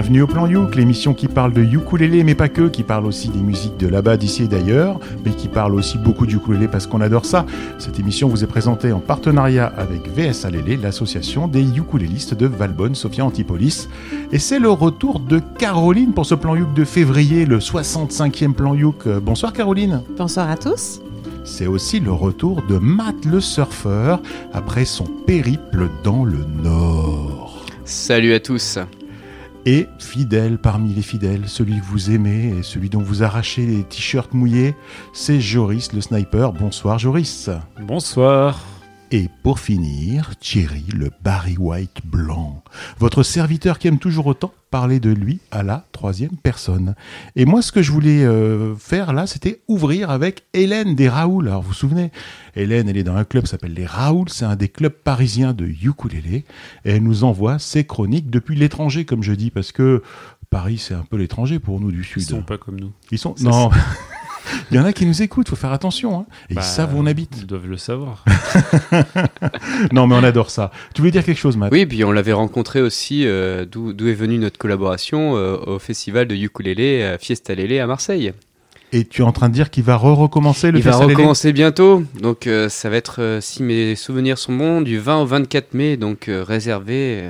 Bienvenue au Plan Youk, l'émission qui parle de ukulélé, mais pas que, qui parle aussi des musiques de là-bas, d'ici et d'ailleurs, mais qui parle aussi beaucoup du ukulélé parce qu'on adore ça. Cette émission vous est présentée en partenariat avec VS Alélé, l'association des ukulélistes de Valbonne, Sophia Antipolis. Et c'est le retour de Caroline pour ce Plan Youk de février, le 65e Plan Youk. Bonsoir Caroline. Bonsoir à tous. C'est aussi le retour de Matt le surfeur après son périple dans le Nord. Salut à tous. Et fidèle parmi les fidèles, celui que vous aimez et celui dont vous arrachez les t-shirts mouillés, c'est Joris le sniper. Bonsoir Joris. Bonsoir. Et pour finir, Thierry le Barry White blanc, votre serviteur qui aime toujours autant parler de lui à la troisième personne. Et moi, ce que je voulais faire là, c'était ouvrir avec Hélène des Raoul. Alors, vous vous souvenez, Hélène, elle est dans un club qui s'appelle les Raoul, c'est un des clubs parisiens de ukulélé, et elle nous envoie ses chroniques depuis l'étranger, comme je dis, parce que Paris, c'est un peu l'étranger pour nous du Sud. Ils sont pas comme nous. Ils sont... Non. Il y en a qui nous écoutent, il faut faire attention. Hein. Et ils savent où on habite. Ils doivent le savoir. Non, mais on adore ça. Tu voulais dire quelque chose, Matt ? Oui, puis on l'avait rencontré aussi, d'où est venue notre collaboration, au festival de ukulélé Fiesta Lélé à Marseille. Et tu es en train de dire qu'il va recommencer le festival ? Il va recommencer bientôt. Donc ça va être, si mes souvenirs sont bons, du 20 au 24 mai. Donc réservez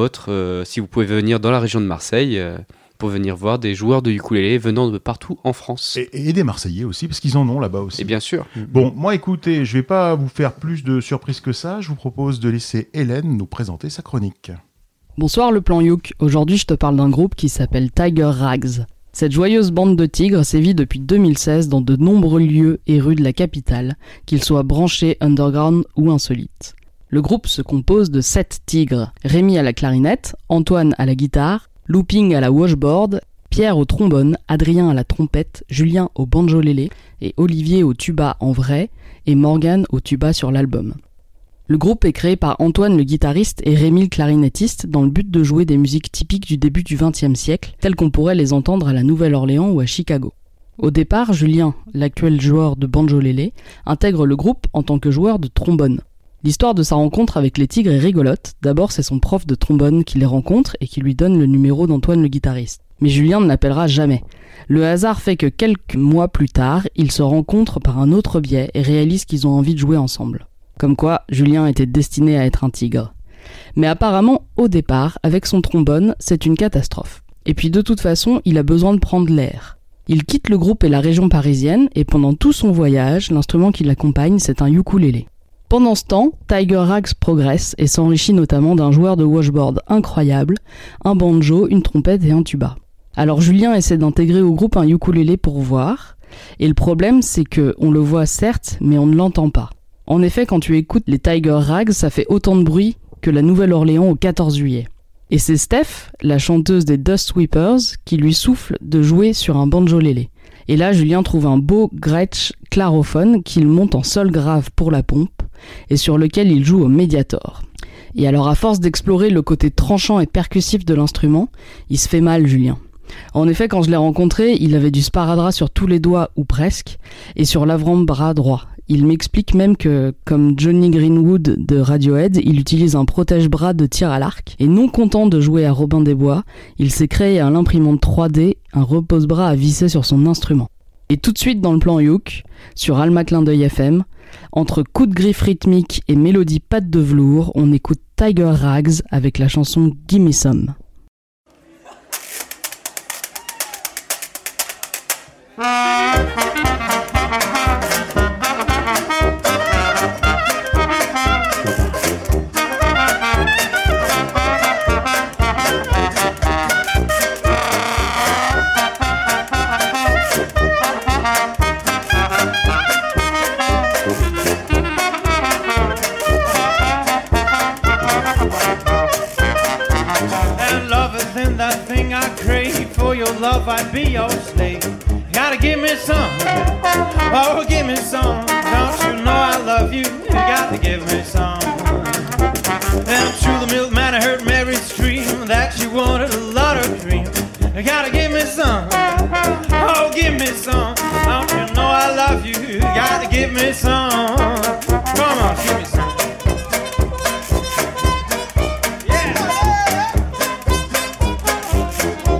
si vous pouvez venir dans la région de Marseille. Pour venir voir des joueurs de ukulélé venant de partout en France. Et des Marseillais aussi, parce qu'ils en ont là-bas aussi. Et bien sûr. Bon, moi écoutez, je ne vais pas vous faire plus de surprises que ça, je vous propose de laisser Hélène nous présenter sa chronique. Bonsoir le Plan Youk, aujourd'hui je te parle d'un groupe qui s'appelle Tiger Rags. Cette joyeuse bande de tigres sévit depuis 2016 dans de nombreux lieux et rues de la capitale, qu'ils soient branchés, underground ou insolites. Le groupe se compose de 7 tigres, Rémi à la clarinette, Antoine à la guitare, Looping à la washboard, Pierre au trombone, Adrien à la trompette, Julien au banjolélé et Olivier au tuba en vrai et Morgane au tuba sur l'album. Le groupe est créé par Antoine le guitariste et Rémi le clarinettiste dans le but de jouer des musiques typiques du début du XXe siècle, telles qu'on pourrait les entendre à la Nouvelle-Orléans ou à Chicago. Au départ, Julien, l'actuel joueur de banjolélé, intègre le groupe en tant que joueur de trombone. L'histoire de sa rencontre avec les tigres est rigolote. D'abord, c'est son prof de trombone qui les rencontre et qui lui donne le numéro d'Antoine le guitariste. Mais Julien ne l'appellera jamais. Le hasard fait que quelques mois plus tard, ils se rencontrent par un autre biais et réalisent qu'ils ont envie de jouer ensemble. Comme quoi, Julien était destiné à être un tigre. Mais apparemment, au départ, avec son trombone, c'est une catastrophe. Et puis de toute façon, il a besoin de prendre l'air. Il quitte le groupe et la région parisienne, et pendant tout son voyage, l'instrument qui l'accompagne, c'est un ukulélé. Pendant ce temps, Tiger Rags progresse et s'enrichit notamment d'un joueur de washboard incroyable, un banjo, une trompette et un tuba. Alors Julien essaie d'intégrer au groupe un ukulélé pour voir, et le problème c'est que on le voit certes, mais on ne l'entend pas. En effet, quand tu écoutes les Tiger Rags, ça fait autant de bruit que la Nouvelle-Orléans au 14 juillet. Et c'est Steph, la chanteuse des Dust Sweepers, qui lui souffle de jouer sur un banjolélé. Et là, Julien trouve un beau Gretsch clarophone qu'il monte en sol grave pour la pompe et sur lequel il joue au médiator. Et alors, à force d'explorer le côté tranchant et percussif de l'instrument, il se fait mal, Julien. En effet, quand je l'ai rencontré, il avait du sparadrap sur tous les doigts, ou presque, et sur l'avant-bras droit. Il m'explique même que, comme Johnny Greenwood de Radiohead, il utilise un protège-bras de tir à l'arc, et non content de jouer à Robin des Bois, il s'est créé à l'imprimante 3D un repose-bras à visser sur son instrument. Et tout de suite dans le Plan Youk, sur Alma Clin d'œil FM, entre coups de griffe rythmique et mélodie patte de velours, on écoute Tiger Rags avec la chanson Gimme Some. Love, I'd be your slave. You gotta give me some, oh, give me some. Don't you know I love you? You gotta give me some. Then through the milkman, I heard Mary scream that she wanted a lot of cream. You gotta give me some, oh, give me some. Don't you know I love you? You gotta give me some. Come on, give me some. Yeah.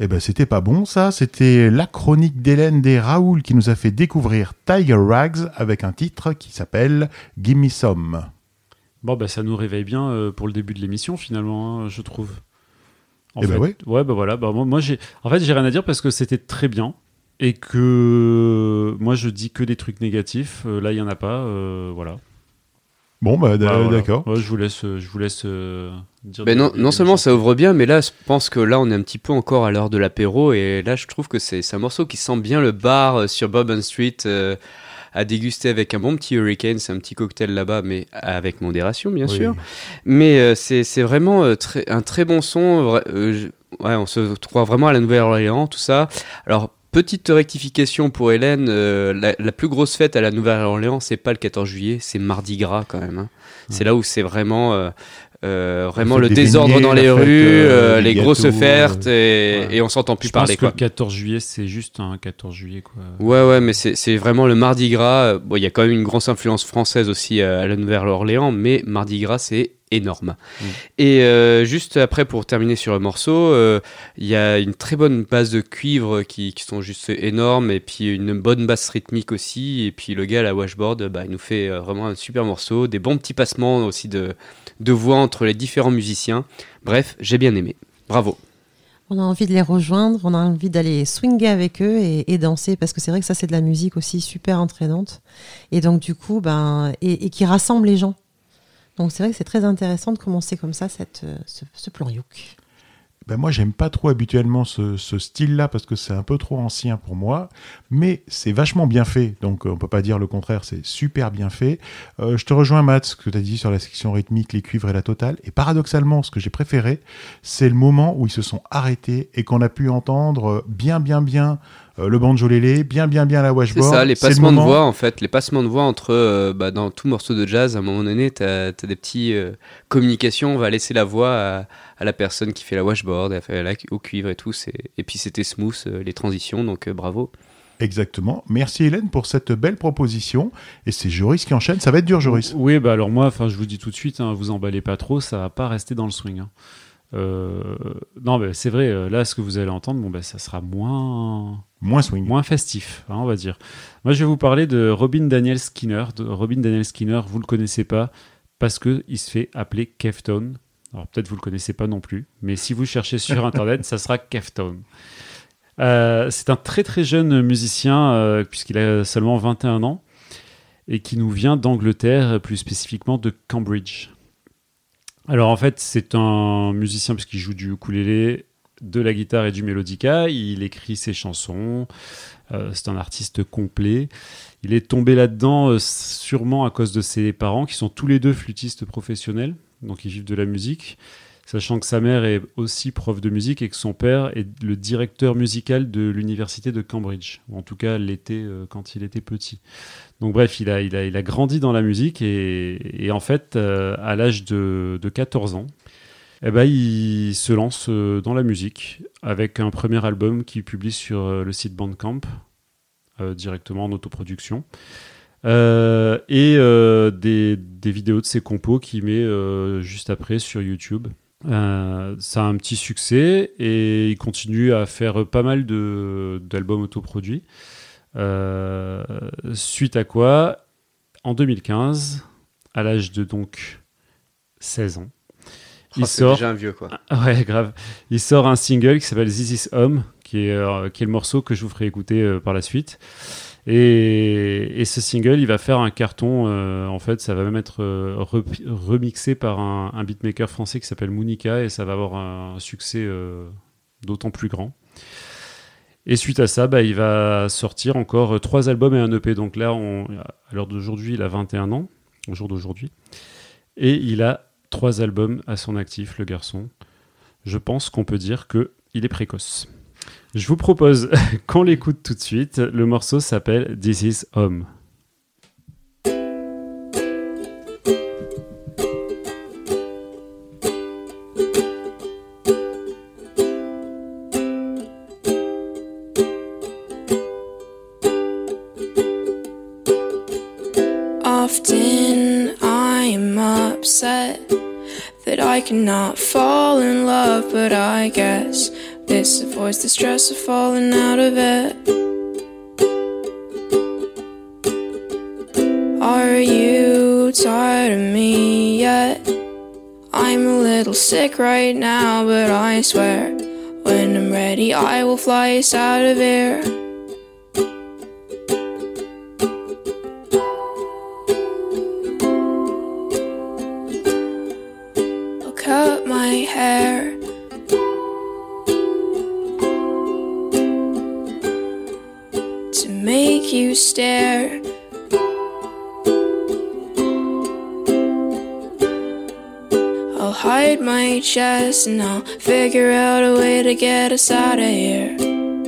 Eh ben, c'était pas bon, ça. C'était la chronique d'Hélène des Raoul qui nous a fait découvrir Tiger Rags avec un titre qui s'appelle Gimme Some. Bon, bah, ça nous réveille bien pour le début de l'émission, finalement, hein, je trouve. Eh ben oui. Ouais, bah voilà. Bah, moi, j'ai rien à dire parce que c'était très bien. Et que moi, je dis que des trucs négatifs. Là, il n'y en a pas. Voilà. Bon, bah, Voilà. d'accord. Ouais, je vous laisse dire. Ben non seulement ça ouvre bien, mais là, je pense que là, on est un petit peu encore à l'heure de l'apéro. Et là, je trouve que c'est un morceau qui sent bien le bar sur Bourbon Street à déguster avec un bon petit Hurricane. C'est un petit cocktail là-bas, mais avec modération, bien Oui. sûr. Mais c'est vraiment un très bon son. Ouais, on se trouve vraiment à la Nouvelle-Orléans, tout ça. Alors, petite rectification pour Hélène, la plus grosse fête à la Nouvelle-Orléans, c'est pas le 14 juillet, c'est Mardi Gras quand même. Hein. C'est là où c'est vraiment fête le des désordre beignets, dans la les fête, rues, les des grosses gâteaux, fêtes, et on s'entend plus Je pense parler. que Quoi. le 14 juillet, c'est juste un 14 juillet, quoi. Ouais, mais c'est vraiment le Mardi Gras. Bon, il y a quand même une grosse influence française aussi à la Nouvelle-Orléans, mais Mardi Gras, c'est énorme. Et juste après, pour terminer sur le morceau, il y a une très bonne base de cuivre qui sont juste énormes, et puis une bonne basse rythmique aussi, et puis le gars à la washboard, il nous fait vraiment un super morceau, des bons petits passements aussi de voix entre les différents musiciens. Bref, j'ai bien aimé. Bravo. On a envie de les rejoindre, on a envie d'aller swinger avec eux et danser, parce que c'est vrai que ça, c'est de la musique aussi super entraînante. Et donc, du coup, et qui rassemble les gens. Donc, c'est vrai que c'est très intéressant de commencer comme ça ce plan Youk. Ben moi, j'aime pas trop habituellement ce style-là parce que c'est un peu trop ancien pour moi, mais c'est vachement bien fait, donc on peut pas dire le contraire, c'est super bien fait. Je te rejoins, Matt, ce que tu as dit sur la section rythmique, les cuivres et la totale, et paradoxalement, ce que j'ai préféré, c'est le moment où ils se sont arrêtés et qu'on a pu entendre bien le banjolélé, bien la washboard. C'est ça, les passements de voix en fait, les passements de voix entre dans tout morceau de jazz, à un moment donné, t'as des petits communications, on va laisser la voix à la personne qui fait la washboard, au cuivre et tout, et puis c'était smooth les transitions, donc bravo. Exactement. Merci Hélène pour cette belle proposition, et c'est Joris qui enchaîne, ça va être dur Joris. Oui, bah alors moi, je vous dis tout de suite, hein, vous emballez pas trop, ça va pas rester dans le swing. Hein. Non, mais c'est vrai, là, ce que vous allez entendre, ça sera moins swing, moins festif, hein, on va dire. Moi, je vais vous parler de Robin Daniel Skinner. Robin Daniel Skinner, vous le connaissez pas parce que il se fait appeler Keftone. Alors peut-être vous le connaissez pas non plus, mais si vous cherchez sur internet, ça sera Keftone. C'est un très très jeune musicien puisqu'il a seulement 21 ans et qui nous vient d'Angleterre, plus spécifiquement de Cambridge. Alors en fait, c'est un musicien puisqu'il joue du ukulélé, de la guitare et du mélodica. Il écrit ses chansons. C'est un artiste complet. Il est tombé là-dedans sûrement à cause de ses parents qui sont tous les deux flûtistes professionnels, donc ils vivent de la musique, sachant que sa mère est aussi prof de musique et que son père est le directeur musical de l'université de Cambridge, ou en tout cas l'était quand il était petit. Donc bref, il a grandi dans la musique et en fait, à l'âge de 14 ans, il se lance dans la musique avec un premier album qu'il publie sur le site Bandcamp, directement en autoproduction, et des vidéos de ses compos qu'il met juste après sur YouTube. Ça a un petit succès et il continue à faire pas mal d'albums autoproduits. Suite à quoi, en 2015, à l'âge de donc 16 ans, il sort déjà un vieux quoi. Ouais, grave. Il sort un single qui s'appelle This Is Home, qui est le morceau que je vous ferai écouter par la suite. Et ce single, il va faire un carton. En fait, ça va même être remixé par un beatmaker français qui s'appelle Mounika, et ça va avoir un succès d'autant plus grand. Et suite à ça, il va sortir encore 3 albums et un EP. Donc là, à l'heure d'aujourd'hui, il a 21 ans, au jour d'aujourd'hui. Et il a 3 albums à son actif, le garçon. Je pense qu'on peut dire qu'il est précoce. Je vous propose qu'on l'écoute tout de suite. Le morceau s'appelle This Is Home. Often I'm upset that I cannot fall in love, but I guess This avoids the stress of falling out of it. Are you tired of me yet? I'm a little sick right now, but I swear when I'm ready I will fly us out of here. I'll cut my hair. To make you stare. I'll hide my chest and I'll figure out a way to get us out of here.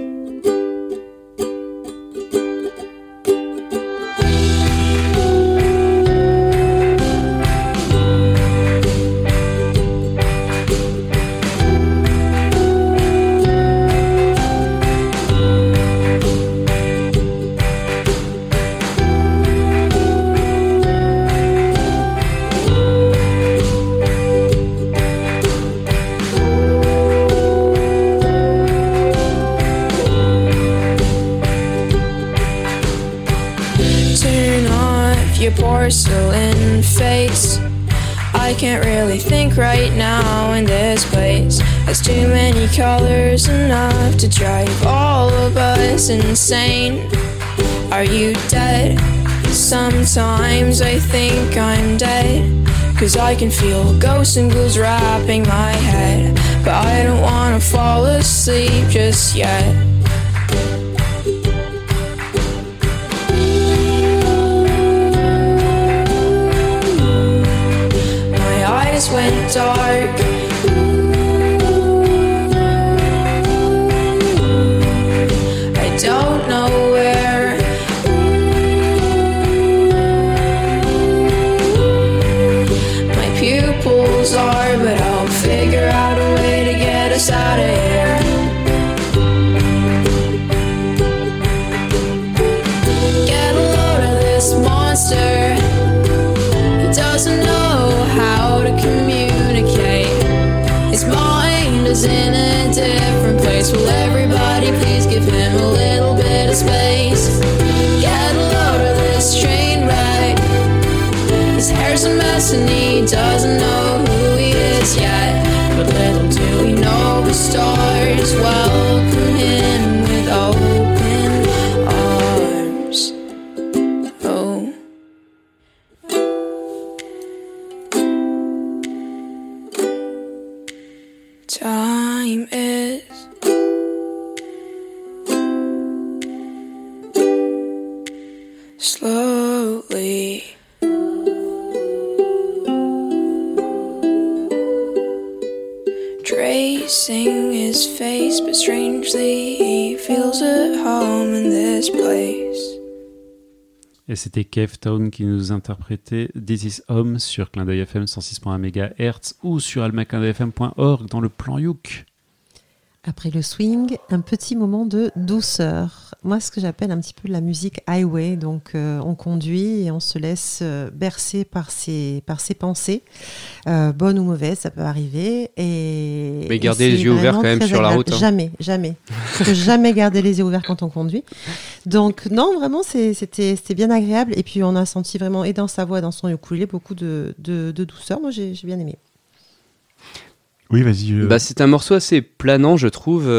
Your porcelain face. I can't really think right now in this place. There's too many colors, enough to drive all of us insane. Are you dead? Sometimes I think I'm dead, 'cause I can feel ghosts and ghouls wrapping my head. But I don't wanna fall asleep just yet. Went dark. I don't know where. My pupils are, but I'll figure out a way to get us out of here. Get a load of this monster. He doesn't know how to communicate. His mind is in a different place. Will everybody please give him a little bit of space? Get a load of this train wreck. His hair's a mess and he doesn't know who he is yet. But little do we know the stars welcome him with open arms. Oh. Time is slowly tracing his face, but strangely he feels at home in this place. Et c'était Cave Town qui nous interprétait This Is Home sur Clin d'œil FM 106.1 MHz ou sur almaclindeuilfm.org dans le plan Youk. Après le swing, un petit moment de douceur. Moi, ce que j'appelle un petit peu de la musique highway. Donc, on conduit et on se laisse bercer par ses pensées, bonnes ou mauvaises, ça peut arriver. Mais gardez les yeux ouverts quand même sur la route. Hein. Jamais. Il ne faut jamais garder les yeux ouverts quand on conduit. Donc, non, vraiment, c'était bien agréable. Et puis, on a senti vraiment, et dans sa voix, dans son ukulélé, beaucoup de douceur. Moi, j'ai bien aimé. Oui, vas-y. C'est un morceau assez planant, je trouve.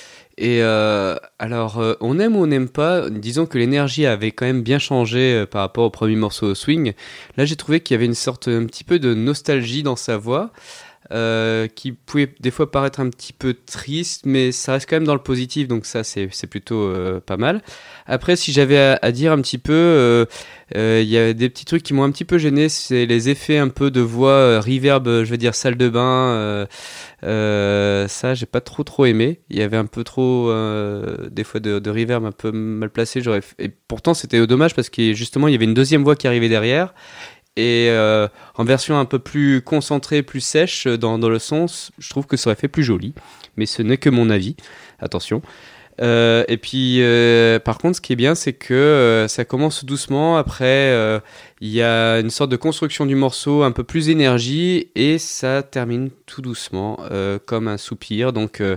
Alors, on aime ou on n'aime pas. Disons que l'énergie avait quand même bien changé par rapport au premier morceau Swing. Là, j'ai trouvé qu'il y avait une sorte, un petit peu de nostalgie dans sa voix, qui pouvait des fois paraître un petit peu triste, mais ça reste quand même dans le positif, donc ça, c'est plutôt pas mal. Après, si j'avais à dire un petit peu, il y a des petits trucs qui m'ont un petit peu gêné, c'est les effets un peu de voix reverb, je veux dire salle de bain. Ça, j'ai pas trop aimé. Il y avait un peu trop des fois de reverb un peu mal placé. Et pourtant, c'était dommage parce que justement, il y avait une deuxième voix qui arrivait derrière. Et en version un peu plus concentrée, plus sèche dans le son, je trouve que ça aurait fait plus joli. Mais ce n'est que mon avis. Attention. Et puis, par contre, ce qui est bien, c'est que ça commence doucement. Après, il y a une sorte de construction du morceau, un peu plus énergie, et ça termine tout doucement, comme un soupir. Donc,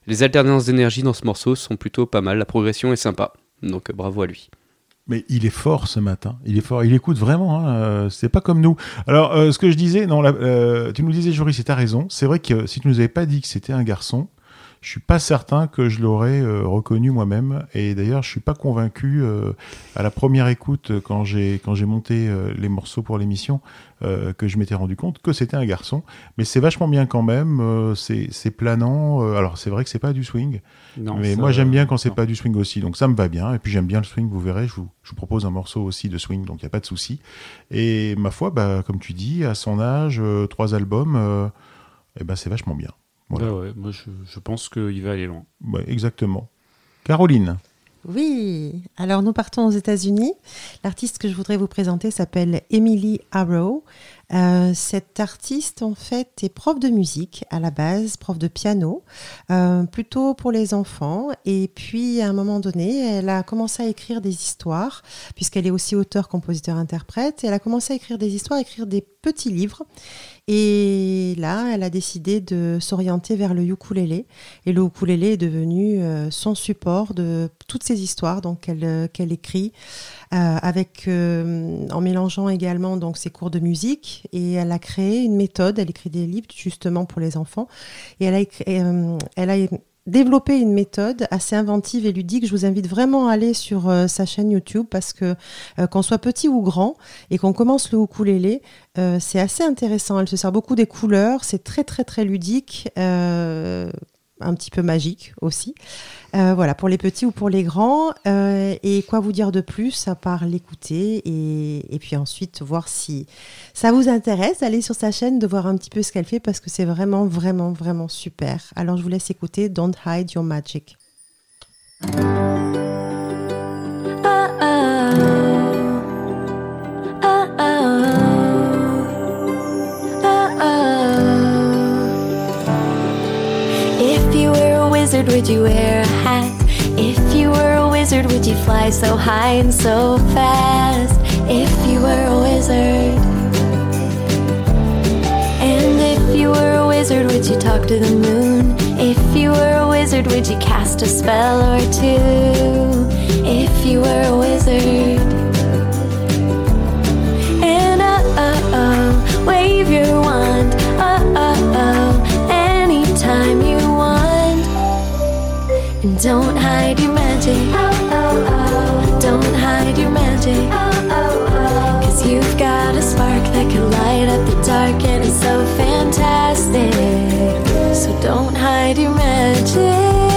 les alternances d'énergie dans ce morceau sont plutôt pas mal. La progression est sympa. Donc bravo à lui. Mais il est fort ce matin. Il est fort. Il écoute vraiment. C'est pas comme nous. Alors, ce que je disais, non, tu nous disais, Joris, et t'as raison. C'est vrai que si tu nous avais pas dit que c'était un garçon, je suis pas certain que je l'aurais reconnu moi-même. Et d'ailleurs, je suis pas convaincu à la première écoute quand j'ai monté les morceaux pour l'émission que je m'étais rendu compte que c'était un garçon. Mais c'est vachement bien quand même. C'est planant. Alors, c'est vrai que c'est pas du swing. Non, mais ça, moi j'aime bien quand c'est non. pas du swing aussi, donc ça me va bien. Et puis j'aime bien le swing, vous verrez, je vous propose un morceau aussi de swing, donc il n'y a pas de souci. Et ma foi, comme tu dis, à son âge, 3 albums, c'est vachement bien. Voilà. Ouais, moi je pense qu'il va aller loin. Ouais, exactement. Caroline. Oui, alors nous partons aux États-Unis. L'artiste que je voudrais vous présenter s'appelle Emily Arrow. Cette artiste, en fait, est prof de musique à la base, prof de piano, plutôt pour les enfants. Et puis, à un moment donné, elle a commencé à écrire des histoires, puisqu'elle est aussi auteure, compositeur, interprète. Et elle a commencé à écrire des histoires, à écrire des petits livres. Et là, elle a décidé de s'orienter vers le ukulélé. Et le ukulélé est devenu son support de toutes ces histoires qu'elle écrit, en mélangeant également donc, ses cours de musique. Et elle a créé une méthode. Elle écrit des livres justement pour les enfants. Et elle a développé une méthode assez inventive et ludique. Je vous invite vraiment à aller sur sa chaîne YouTube parce que qu'on soit petit ou grand et qu'on commence le ukulélé, c'est assez intéressant. Elle se sert beaucoup des couleurs, c'est très très très ludique, un petit peu magique aussi. Voilà, pour les petits ou pour les grands. Et quoi vous dire de plus à part l'écouter et puis ensuite voir si ça vous intéresse, aller sur sa chaîne, de voir un petit peu ce qu'elle fait parce que c'est vraiment, vraiment, vraiment super. Alors je vous laisse écouter Don't Hide Your Magic. If you were a wizard, would you wear a hat? If you were a wizard, would you fly so high and so fast? If you were a wizard. And if you were a wizard, would you talk to the moon? If you were a wizard, would you cast a spell or two? If you were a wizard. And wave your wand, anytime you want. And don't hide your magic, don't hide your magic. Cause you've got a spark that can light up the dark and it's so fantastic. So don't hide your magic.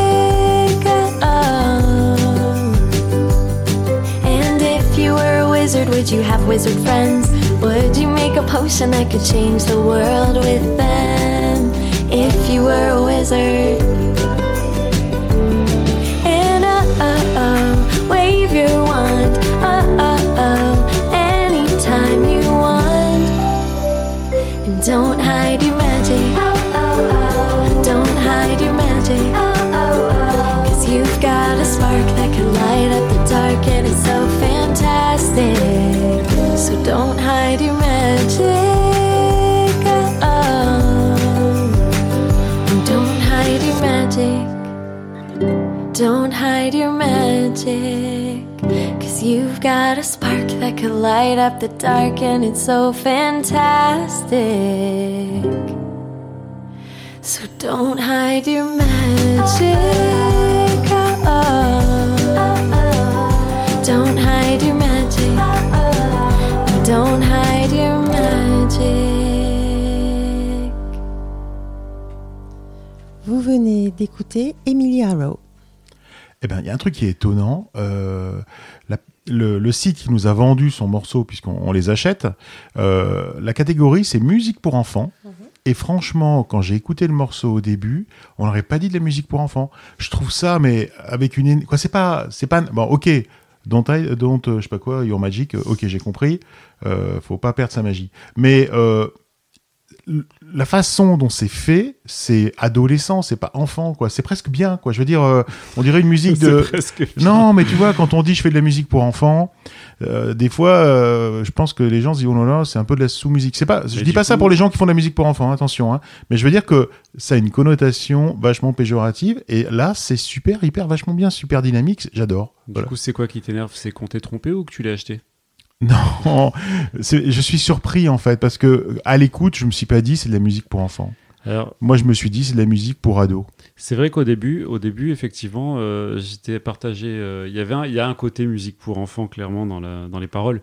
And if you were a wizard, would you have wizard friends? Would you make a potion that could change the world with them? If you were a wizard. And wave your wand, anytime you want. And don't hide your magic, don't hide your magic. Cause you've got a spark that can light up the dark and it's so fantastic. So don't hide your magic. Don't hide your magic. Don't hide your magic. Cause you've got a spark that could light up the dark and it's so fantastic. So don't hide your magic. Don't hide your magic. Don't hide your magic. Vous venez d'écouter Emily Arrow. Eh ben, il y a un truc qui est étonnant. Le site qui nous a vendu son morceau, puisqu'on les achète, la catégorie, c'est musique pour enfants. Et franchement, quand j'ai écouté le morceau au début, on n'aurait pas dit de la musique pour enfants. Je trouve ça, mais avec une... Quoi, c'est pas... Bon, ok, don't, je sais pas quoi, your magic, ok, j'ai compris. Faut pas perdre sa magie. Mais la façon dont c'est fait, c'est adolescent, c'est pas enfant, quoi. C'est presque bien, quoi. Je veux dire, on dirait une musique de. C'est presque bien. Non, mais tu vois, quand on dit je fais de la musique pour enfants, des fois, je pense que les gens se disent oh là là, c'est un peu de la sous-musique. C'est pas, je Mais dis du pas ça coup- pour les gens qui font de la musique pour enfants, attention, hein. Mais je veux dire que ça a une connotation vachement péjorative. Et là, c'est super, hyper, vachement bien, super dynamique. J'adore. Du Voilà. coup, c'est quoi qui t'énerve? C'est qu'on t'ait trompé ou que tu l'as acheté? Non, je suis surpris en fait parce que à l'écoute, je me suis pas dit c'est de la musique pour enfants. Alors, Moi, je me suis dit c'est de la musique pour ados. c'est vrai qu'au début, effectivement, j'étais partagé. Il y a un côté musique pour enfants, clairement, dans les paroles.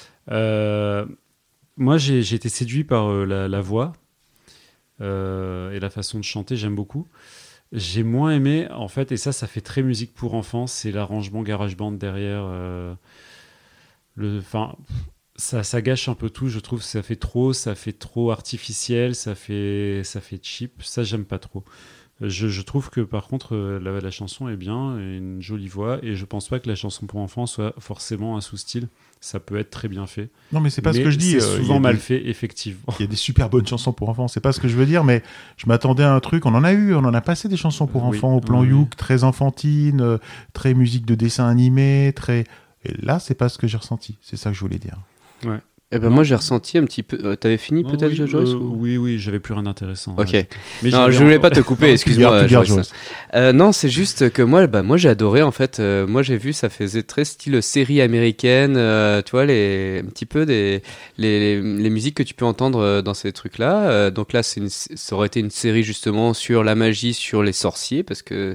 Moi, j'ai été séduit par la voix et la façon de chanter, j'aime beaucoup. J'ai moins aimé, en fait, et ça fait très musique pour enfants, c'est l'arrangement GarageBand derrière. Ça gâche un peu tout, je trouve. Ça fait trop artificiel, ça fait cheap. Ça, j'aime pas trop. Je trouve que par contre, la chanson est bien, et une jolie voix, et je pense pas que la chanson pour enfants soit forcément un sous-style. Ça peut être très bien fait. Non, mais c'est pas ce Mais que je dis. C'est il y souvent a mal des- fait, effectivement. Il y a des super bonnes chansons pour enfants. C'est pas ce que je veux dire, mais je m'attendais à un truc. On en a passé des chansons pour Oui, enfants au plan oui. Youk, très enfantine, très musique de dessin animé, très. Et là, c'est pas ce que j'ai ressenti. C'est ça que je voulais dire. Eh ben Non. moi j'ai ressenti un petit peu. T'avais fini Non, peut-être, oui, Joyce oui, j'avais plus rien d'intéressant. Ok. Ouais. Mais Non, j'avais je voulais encore- pas te couper, excuse-moi, Tu gardes, Joyce. Joyce. Non, c'est juste que moi j'ai adoré en fait. Moi j'ai vu, ça faisait très style série américaine. Tu vois un petit peu les musiques que tu peux entendre dans ces trucs-là. Donc là, ça aurait été une série justement sur la magie, sur les sorciers, parce que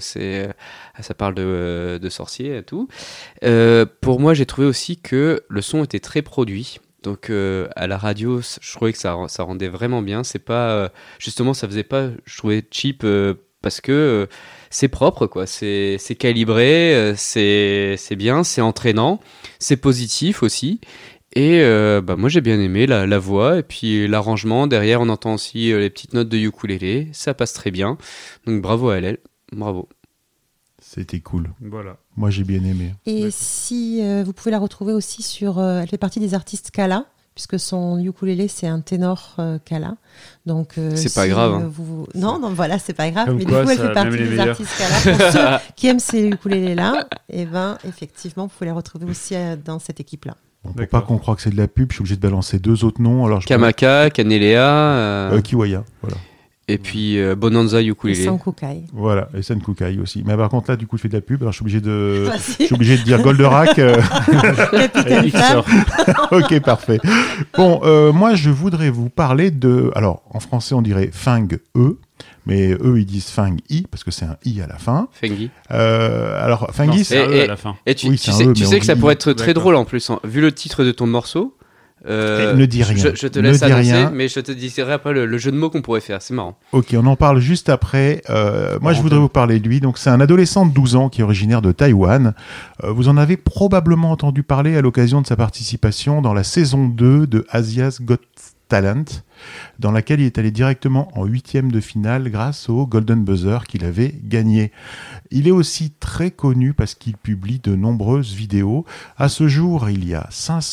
ça parle de sorciers et tout. Pour moi, j'ai trouvé aussi que le son était très produit. Donc à la radio, je trouvais que ça rendait vraiment bien. C'est pas justement, ça faisait pas, je trouvais cheap parce que c'est propre quoi. C'est calibré, c'est bien, c'est entraînant, c'est positif aussi. Et moi j'ai bien aimé la voix et puis l'arrangement. Derrière, on entend aussi les petites notes de ukulélé. Ça passe très bien. Donc bravo à elle, bravo. C'était cool. Voilà. Moi, j'ai bien aimé. Et D'accord. si vous pouvez la retrouver aussi sur. Elle fait partie des artistes Kala, puisque son ukulélé, c'est un ténor Kala. Donc, C'est pas grave, hein. Non, voilà, c'est pas grave. Comme mais quoi, du coup, elle ça, fait partie même les des meilleurs. artistes Kala. Pour ceux qui aiment ces ukulélés-là, et ben, effectivement, vous pouvez les retrouver aussi dans cette équipe-là. Bon, pour D'accord. pas qu'on croie que c'est de la pub, je suis obligé de balancer 2 autres noms. Alors, je Kamaka, Kanelea, Kiwaya. Voilà. et puis Bonanza Et ukulélé. Sankukai. Voilà. Et Sen Kukai aussi. Mais par contre, là, du coup, je fais de la pub. Alors, je suis obligé de. Je Vas-y, suis obligé de dire Goldorak. Capitaine Il Flamme. sort. Ok, parfait. Bon, moi, je voudrais vous parler de... Alors, en français, on dirait Fang E, mais eux, ils disent Fang I, parce que c'est un I à la fin. Fengi. Alors, Non, Fangi, c'est un E Et- à la fin. Et tu, Oui, tu c'est un sais, E, tu mais sais on que ça dit- pourrait être très D'accord. drôle en plus, hein. Vu le titre de ton morceau. Ne dis rien. Je te Ne laisse dis annoncer, rien. mais je te dirai après le jeu de mots qu'on pourrait faire. C'est marrant. Ok, on en parle juste après. Moi, je voudrais vous parler de lui. Donc, c'est un adolescent de 12 ans qui est originaire de Taïwan. Vous en avez probablement entendu parler à l'occasion de sa participation dans la saison 2 de Asia's Got Talent, dans laquelle il est allé directement en 8e de finale grâce au Golden Buzzer qu'il avait gagné. Il est aussi très connu parce qu'il publie de nombreuses vidéos. À ce jour, il y a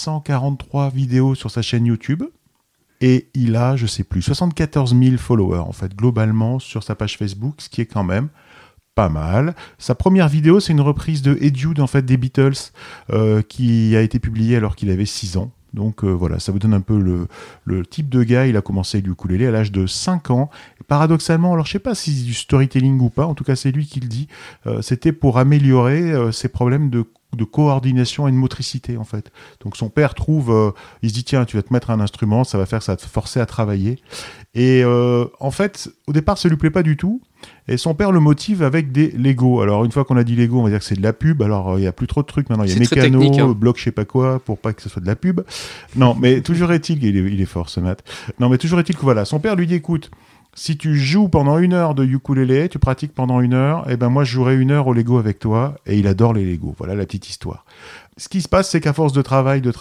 543 vidéos sur sa chaîne YouTube. Et il a, je sais plus, 74 000 followers, en fait, globalement, sur sa page Facebook, ce qui est quand même pas mal. Sa première vidéo, c'est une reprise de Hey Jude, en fait, des Beatles, qui a été publiée alors qu'il avait 6 ans. Donc voilà, ça vous donne un peu le type de gars. Il a commencé le ukulélé à l'âge de 5 ans. Et paradoxalement, alors je sais pas si c'est du storytelling ou pas, en tout cas c'est lui qui le dit, c'était pour améliorer ses problèmes de coordination et de motricité en fait. Donc son père trouve, il se dit tiens, tu vas te mettre un instrument, ça va te forcer à travailler. Et en fait, au départ, ça lui plaît pas du tout. Et son père le motive avec des Lego. Alors une fois qu'on a dit Lego, on va dire que c'est de la pub. Alors il y a plus trop de trucs maintenant. Il y a C'est très mécano, technique, hein. bloc, je sais pas quoi, pour pas que ce soit de la pub. Non, mais toujours est-il, il est fort ce Matt. Non, mais toujours est-il que voilà, son père lui dit écoute. Si tu joues pendant 1 heure de ukulélé, tu pratiques pendant 1 heure, et ben moi je jouerai 1 heure au Lego avec toi, et il adore les Lego. Voilà la petite histoire. Ce qui se passe, c'est qu'à force de travail, ben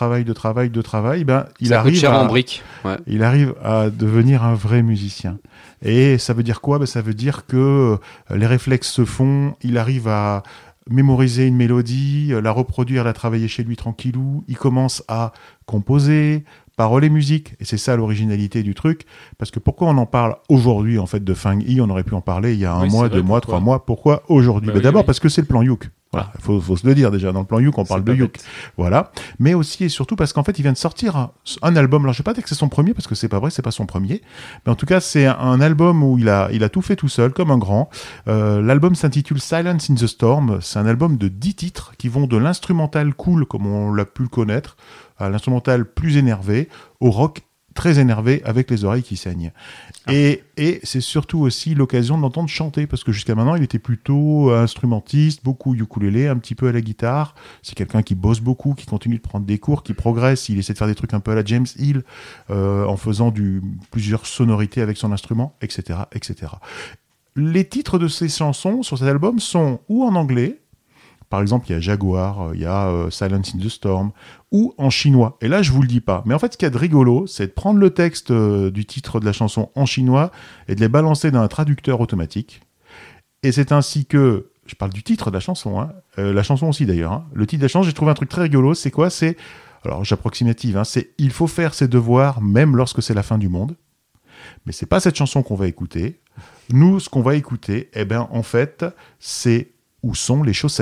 il Ça coûte arrive cher en briques. Ouais. il arrive à devenir un vrai musicien. Et ça veut dire quoi ? Ben, ça veut dire que les réflexes se font, il arrive à mémoriser une mélodie, la reproduire, la travailler chez lui tranquillou. Il commence à composer, paroles et musique. Et c'est ça l'originalité du truc. Parce que pourquoi on en parle aujourd'hui, en fait, de Fang Yi? On aurait pu en parler il y a un mois, 2 mois, 3 mois. Pourquoi aujourd'hui? D'abord, parce que c'est le plan Youk. Voilà, faut se le dire déjà, dans le plan Youk, on parle de Youk. Voilà. Mais aussi et surtout parce qu'en fait, il vient de sortir un album. Alors, je vais pas dire que c'est son premier, parce que c'est pas vrai, c'est pas son premier. Mais en tout cas, c'est un album où il a tout fait tout seul, comme un grand. L'album s'intitule Silence in the Storm. C'est un album de 10 titres qui vont de l'instrumental cool, comme on l'a pu le connaître, à l'instrumental plus énervé, au rock très énervé avec les oreilles qui saignent. Et c'est surtout aussi l'occasion de l'entendre chanter, parce que jusqu'à maintenant, il était plutôt instrumentiste, beaucoup ukulélé, un petit peu à la guitare. C'est quelqu'un qui bosse beaucoup, qui continue de prendre des cours, qui progresse. Il essaie de faire des trucs un peu à la James Hill, en faisant plusieurs sonorités avec son instrument, etc., etc. Les titres de ces chansons sur cet album sont ou en anglais, par exemple, il y a Jaguar, il y a Silence in the Storm, ou en chinois. Et là, je vous le dis pas. Mais en fait, ce qu'il y a de rigolo, c'est de prendre le texte du titre de la chanson en chinois et de les balancer dans un traducteur automatique. Et c'est ainsi que, je parle du titre de la chanson, la chanson aussi d'ailleurs. Hein. Le titre de la chanson, j'ai trouvé un truc très rigolo. C'est quoi? C'est, alors j'approximative, c'est « Il faut faire ses devoirs même lorsque c'est la fin du monde ». Mais c'est pas cette chanson qu'on va écouter. Nous, ce qu'on va écouter, en fait, c'est « Où sont les chaussettes ?»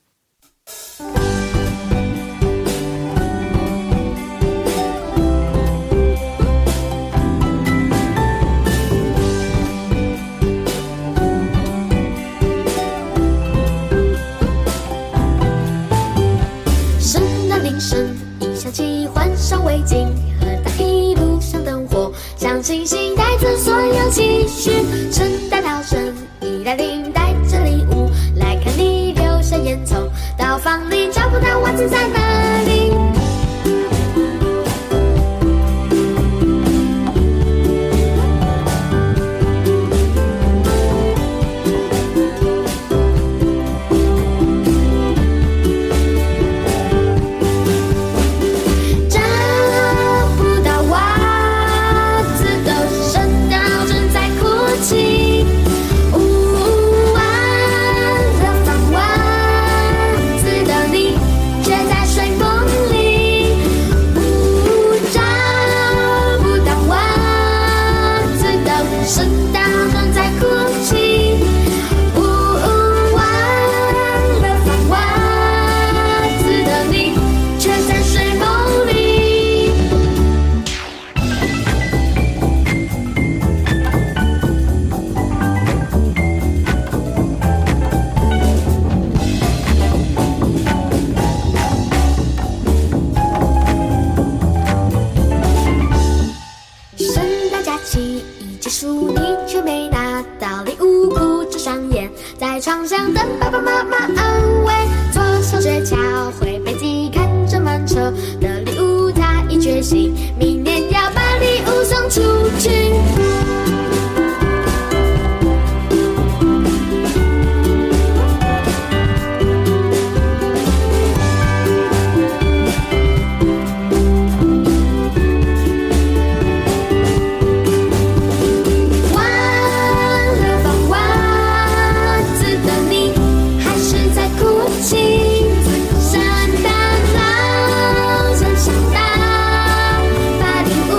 圣诞铃声一响起，换上围巾，和大一路上灯火，像星星带着所有期许。圣诞涛声一来临，带着礼物来看你留下烟囱，到房里找不到袜子在哪里。床上等爸爸妈妈安慰，坐上雪橇回北极，看着满车的礼物，他已决心明年要把礼物送出去。圣诞老人想到，把礼物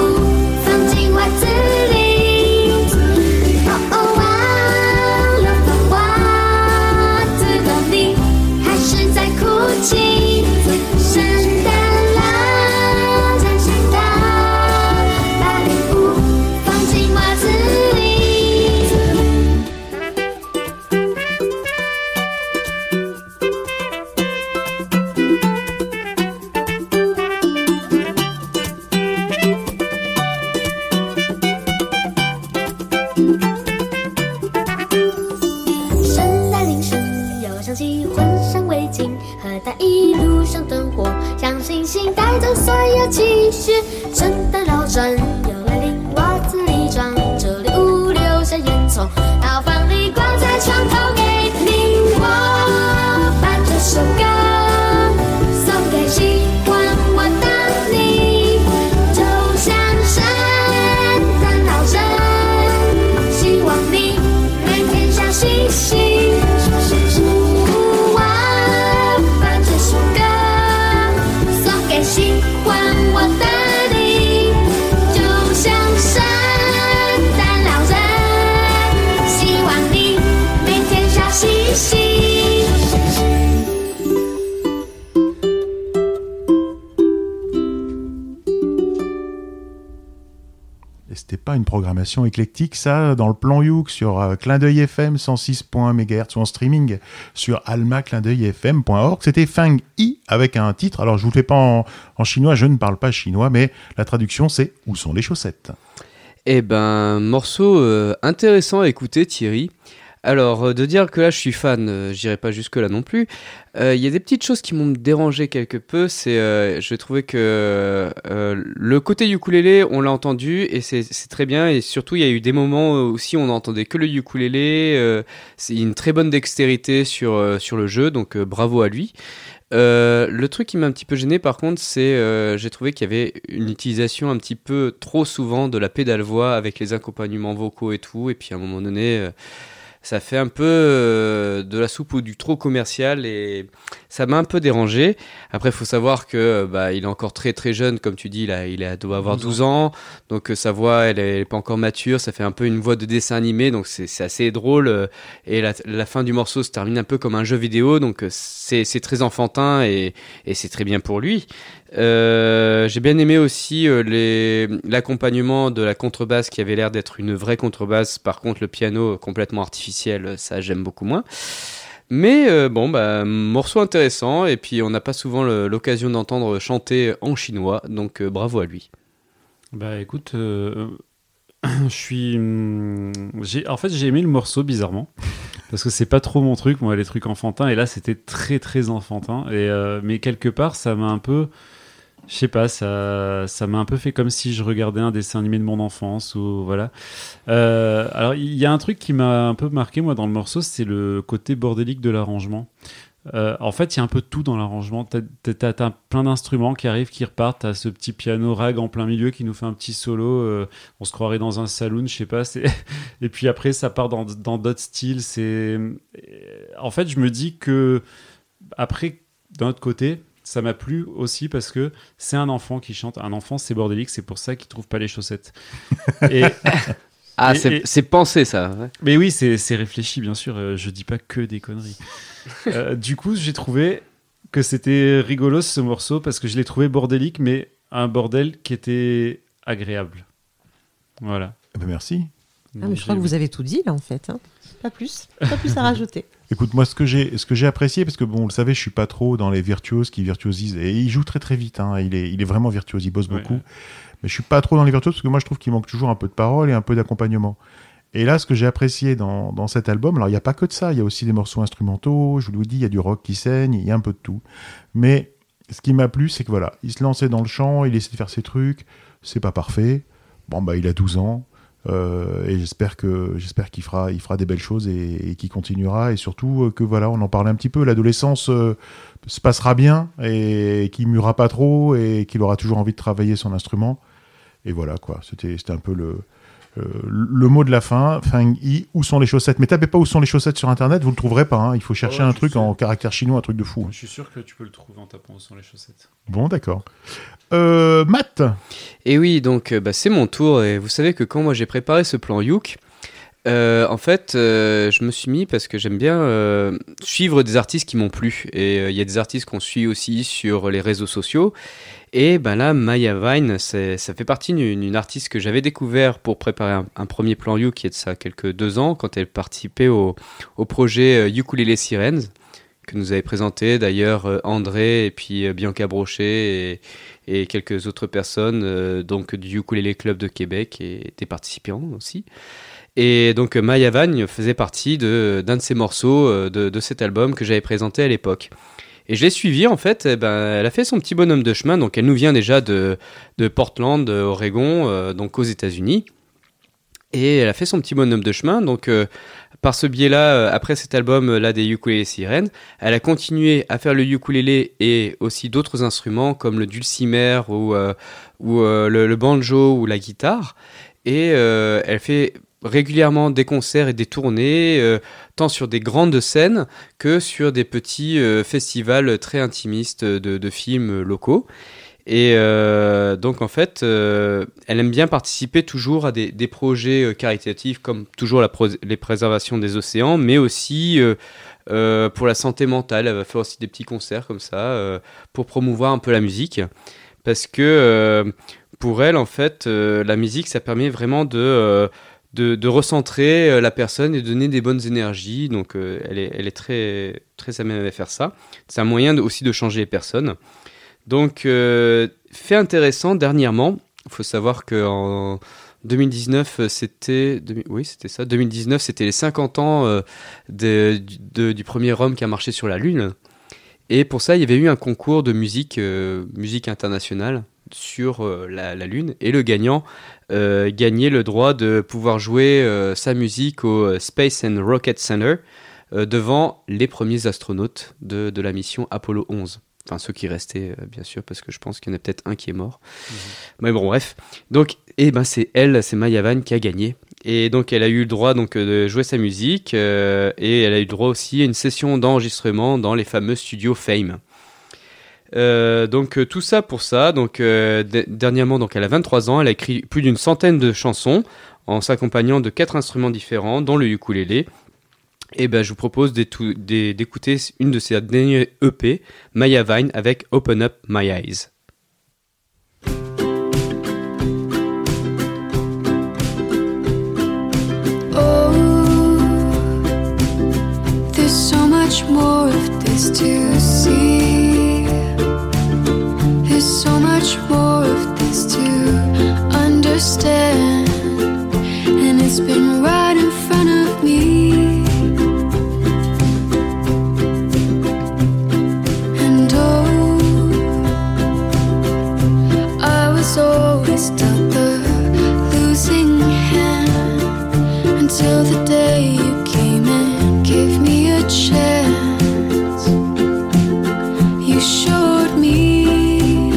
Et c'était pas une programmation éclectique, ça, dans le plan Youk sur Clin d'œil FM 106.1 MHz ou en streaming sur almaclindeuilfm.org. C'était Fang Yi avec un titre. Alors, je vous le fais pas en chinois, je ne parle pas chinois, mais la traduction, c'est Où sont les chaussettes ? Eh ben, morceau intéressant à écouter, Thierry. Alors, de dire que là, je suis fan, j'irai pas jusque-là non plus. Il y a des petites choses qui m'ont dérangé quelque peu. Je trouvais que le côté ukulélé, on l'a entendu et c'est très bien. Et surtout, il y a eu des moments aussi où on n'entendait que le ukulélé. C'est une très bonne dextérité sur le jeu, donc bravo à lui. Le truc qui m'a un petit peu gêné par contre, c'est j'ai trouvé qu'il y avait une utilisation un petit peu trop souvent de la pédale voix avec les accompagnements vocaux et tout. Et puis à un moment donné... ça fait un peu de la soupe ou du trop commercial et ça m'a un peu dérangé. Après, il faut savoir que il est encore très très jeune, comme tu dis, doit avoir 12 ans, donc sa voix elle est pas encore mature, ça fait un peu une voix de dessin animé, donc c'est assez drôle. Et la fin du morceau se termine un peu comme un jeu vidéo, donc c'est très enfantin et c'est très bien pour lui. J'ai bien aimé aussi l'accompagnement de la contrebasse qui avait l'air d'être une vraie contrebasse. Par contre, le piano complètement artificiel, ça j'aime beaucoup moins. Mais morceau intéressant. Et puis on n'a pas souvent l'occasion d'entendre chanter en chinois, donc bravo à lui. Bah écoute, j'ai aimé le morceau bizarrement. Parce que c'est pas trop mon truc, moi, les trucs enfantins. Et là, c'était très, très enfantin. Mais quelque part, ça m'a un peu... Je sais pas, ça m'a un peu fait comme si je regardais un dessin animé de mon enfance. Ou voilà. Alors, il y a un truc qui m'a un peu marqué, moi, dans le morceau, c'est le côté bordélique de l'arrangement. En fait, il y a un peu de tout dans l'arrangement. T'as plein d'instruments qui arrivent, qui repartent. T'as ce petit piano rag en plein milieu qui nous fait un petit solo. On se croirait dans un saloon, je sais pas. Et puis après, ça part dans d'autres styles. En fait, je me dis que après, d'un autre côté, ça m'a plu aussi parce que c'est un enfant qui chante. Un enfant, c'est bordélique. C'est pour ça qu'il trouve pas les chaussettes. C'est pensé ça. Ouais. Mais oui, c'est réfléchi, bien sûr. Je dis pas que des conneries. Du coup, j'ai trouvé que c'était rigolo ce morceau parce que je l'ai trouvé bordélique, mais un bordel qui était agréable. Voilà. Merci. Mais je crois que vous avez tout dit là en fait. Hein. Pas plus à rajouter. Écoute, moi, ce que j'ai apprécié, parce que bon, vous le savez, je suis pas trop dans les virtuoses qui virtuosisent, et il joue très très vite. Hein, il est vraiment virtuose, il bosse beaucoup. Ouais. Mais je suis pas trop dans les virtuoses parce que moi, je trouve qu'il manque toujours un peu de paroles et un peu d'accompagnement. Et là, ce que j'ai apprécié dans cet album, alors il y a pas que de ça, il y a aussi des morceaux instrumentaux. Je vous le dis, il y a du rock qui saigne, il y a un peu de tout. Mais ce qui m'a plu, c'est que voilà, il se lançait dans le chant, il essaie de faire ses trucs. C'est pas parfait. Bon, il a 12 ans. Et j'espère qu'il fera des belles choses et qu'il continuera, et surtout que voilà, on en parlait un petit peu, l'adolescence se passera bien et qu'il mûrira pas trop et qu'il aura toujours envie de travailler son instrument. Et voilà quoi, c'était un peu le mot de la fin. Fang Yi, où sont les chaussettes? Mais tapez pas où sont les chaussettes sur internet, vous le trouverez pas. Hein. Il faut chercher un truc en caractère chinois, un truc de fou. Je suis sûr que tu peux le trouver en tapant où sont les chaussettes. Bon, d'accord. Matt. Et oui, donc c'est mon tour. Et vous savez que quand moi j'ai préparé ce plan Youk, en fait, je me suis mis parce que j'aime bien suivre des artistes qui m'ont plu. Et il y a des artistes qu'on suit aussi sur les réseaux sociaux. Et là, Maya Vine, ça fait partie d'une artiste que j'avais découvert pour préparer un premier plan Youk qui est de ça quelques 2 ans, quand elle participait au projet Ukulele Sirens, que nous avait présenté d'ailleurs André et puis Bianca Brochet et quelques autres personnes donc du Ukulele Club de Québec et des participants aussi. Et donc Maya Vine faisait partie d'un de ces morceaux de cet album que j'avais présenté à l'époque. Et je l'ai suivie en fait, elle a fait son petit bonhomme de chemin, donc elle nous vient déjà de Portland, Oregon, donc aux États-Unis. Et elle a fait son petit bonhomme de chemin, donc par ce biais-là, après cet album-là des Ukulele Sirens, elle a continué à faire le ukulélé et aussi d'autres instruments comme le dulcimer ou le banjo ou la guitare. Et elle fait régulièrement des concerts et des tournées, tant sur des grandes scènes que sur des petits festivals très intimistes de films locaux. Et donc en fait, elle aime bien participer toujours à des projets caritatifs comme toujours les préservations des océans, mais aussi pour la santé mentale. Elle va faire aussi des petits concerts comme ça pour promouvoir un peu la musique. Parce que pour elle, en fait, la musique, ça permet vraiment de recentrer la personne et de donner des bonnes énergies. Donc, elle est très, très à même à faire ça. C'est un moyen aussi de changer les personnes. Donc, fait intéressant, dernièrement, il faut savoir qu'en 2019, c'était 2019, c'était les 50 ans du premier homme qui a marché sur la Lune. Et pour ça, il y avait eu un concours de musique internationale sur la Lune. Et le gagnant gagnait le droit de pouvoir jouer sa musique au Space and Rocket Center devant les premiers astronautes de la mission Apollo 11. Enfin, ceux qui restaient, bien sûr, parce que je pense qu'il y en a peut-être un qui est mort. Mais bon, bref. Donc, c'est Maya Vine qui a gagné. Et donc, elle a eu le droit de jouer sa musique et elle a eu le droit aussi à une session d'enregistrement dans les fameux studios Fame. Donc, tout ça pour ça. Donc, dernièrement, elle a 23 ans. Elle a écrit plus d'une centaine de chansons en s'accompagnant de 4 instruments différents, dont le ukulélé. Et je vous propose d'écouter une de ses dernières EP, Maya Vine, avec Open Up My Eyes. Oh, there's so much more of this to see. There's so much more of this to understand. And it's been right in front of me. Always dealt the losing hand until the day you came and gave me a chance. You showed me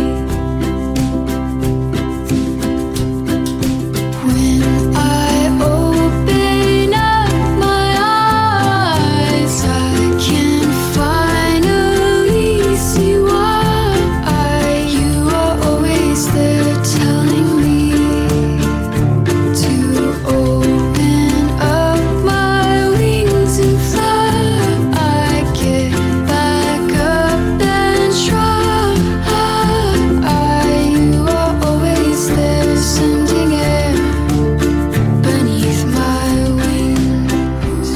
when I open up my eyes, I can finally see why you are always there. Telling me to open up my wings and fly. I get back up and try. You are always there, sending air beneath my wings.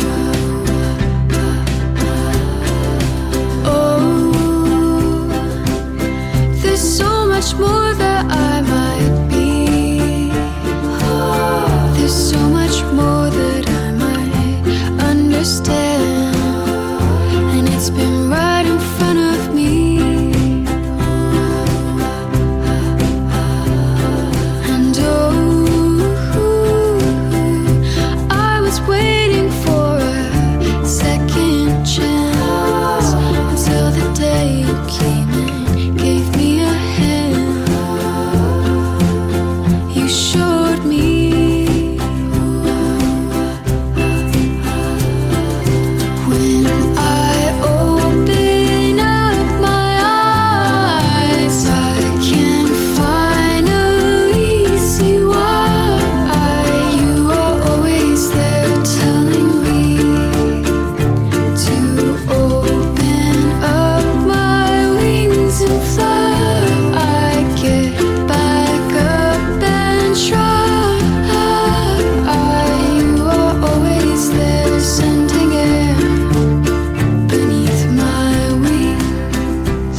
Oh, there's so much more that I might be. There's so much more that I might understand. And it's been right in front of me. And I was waiting for a second chance until the day you came and gave me a hand. You showed me when I open up my eyes, I can finally see why you are always there, telling me to open up my wings and fly. I get back up and try. You are always there, sending air beneath my wings.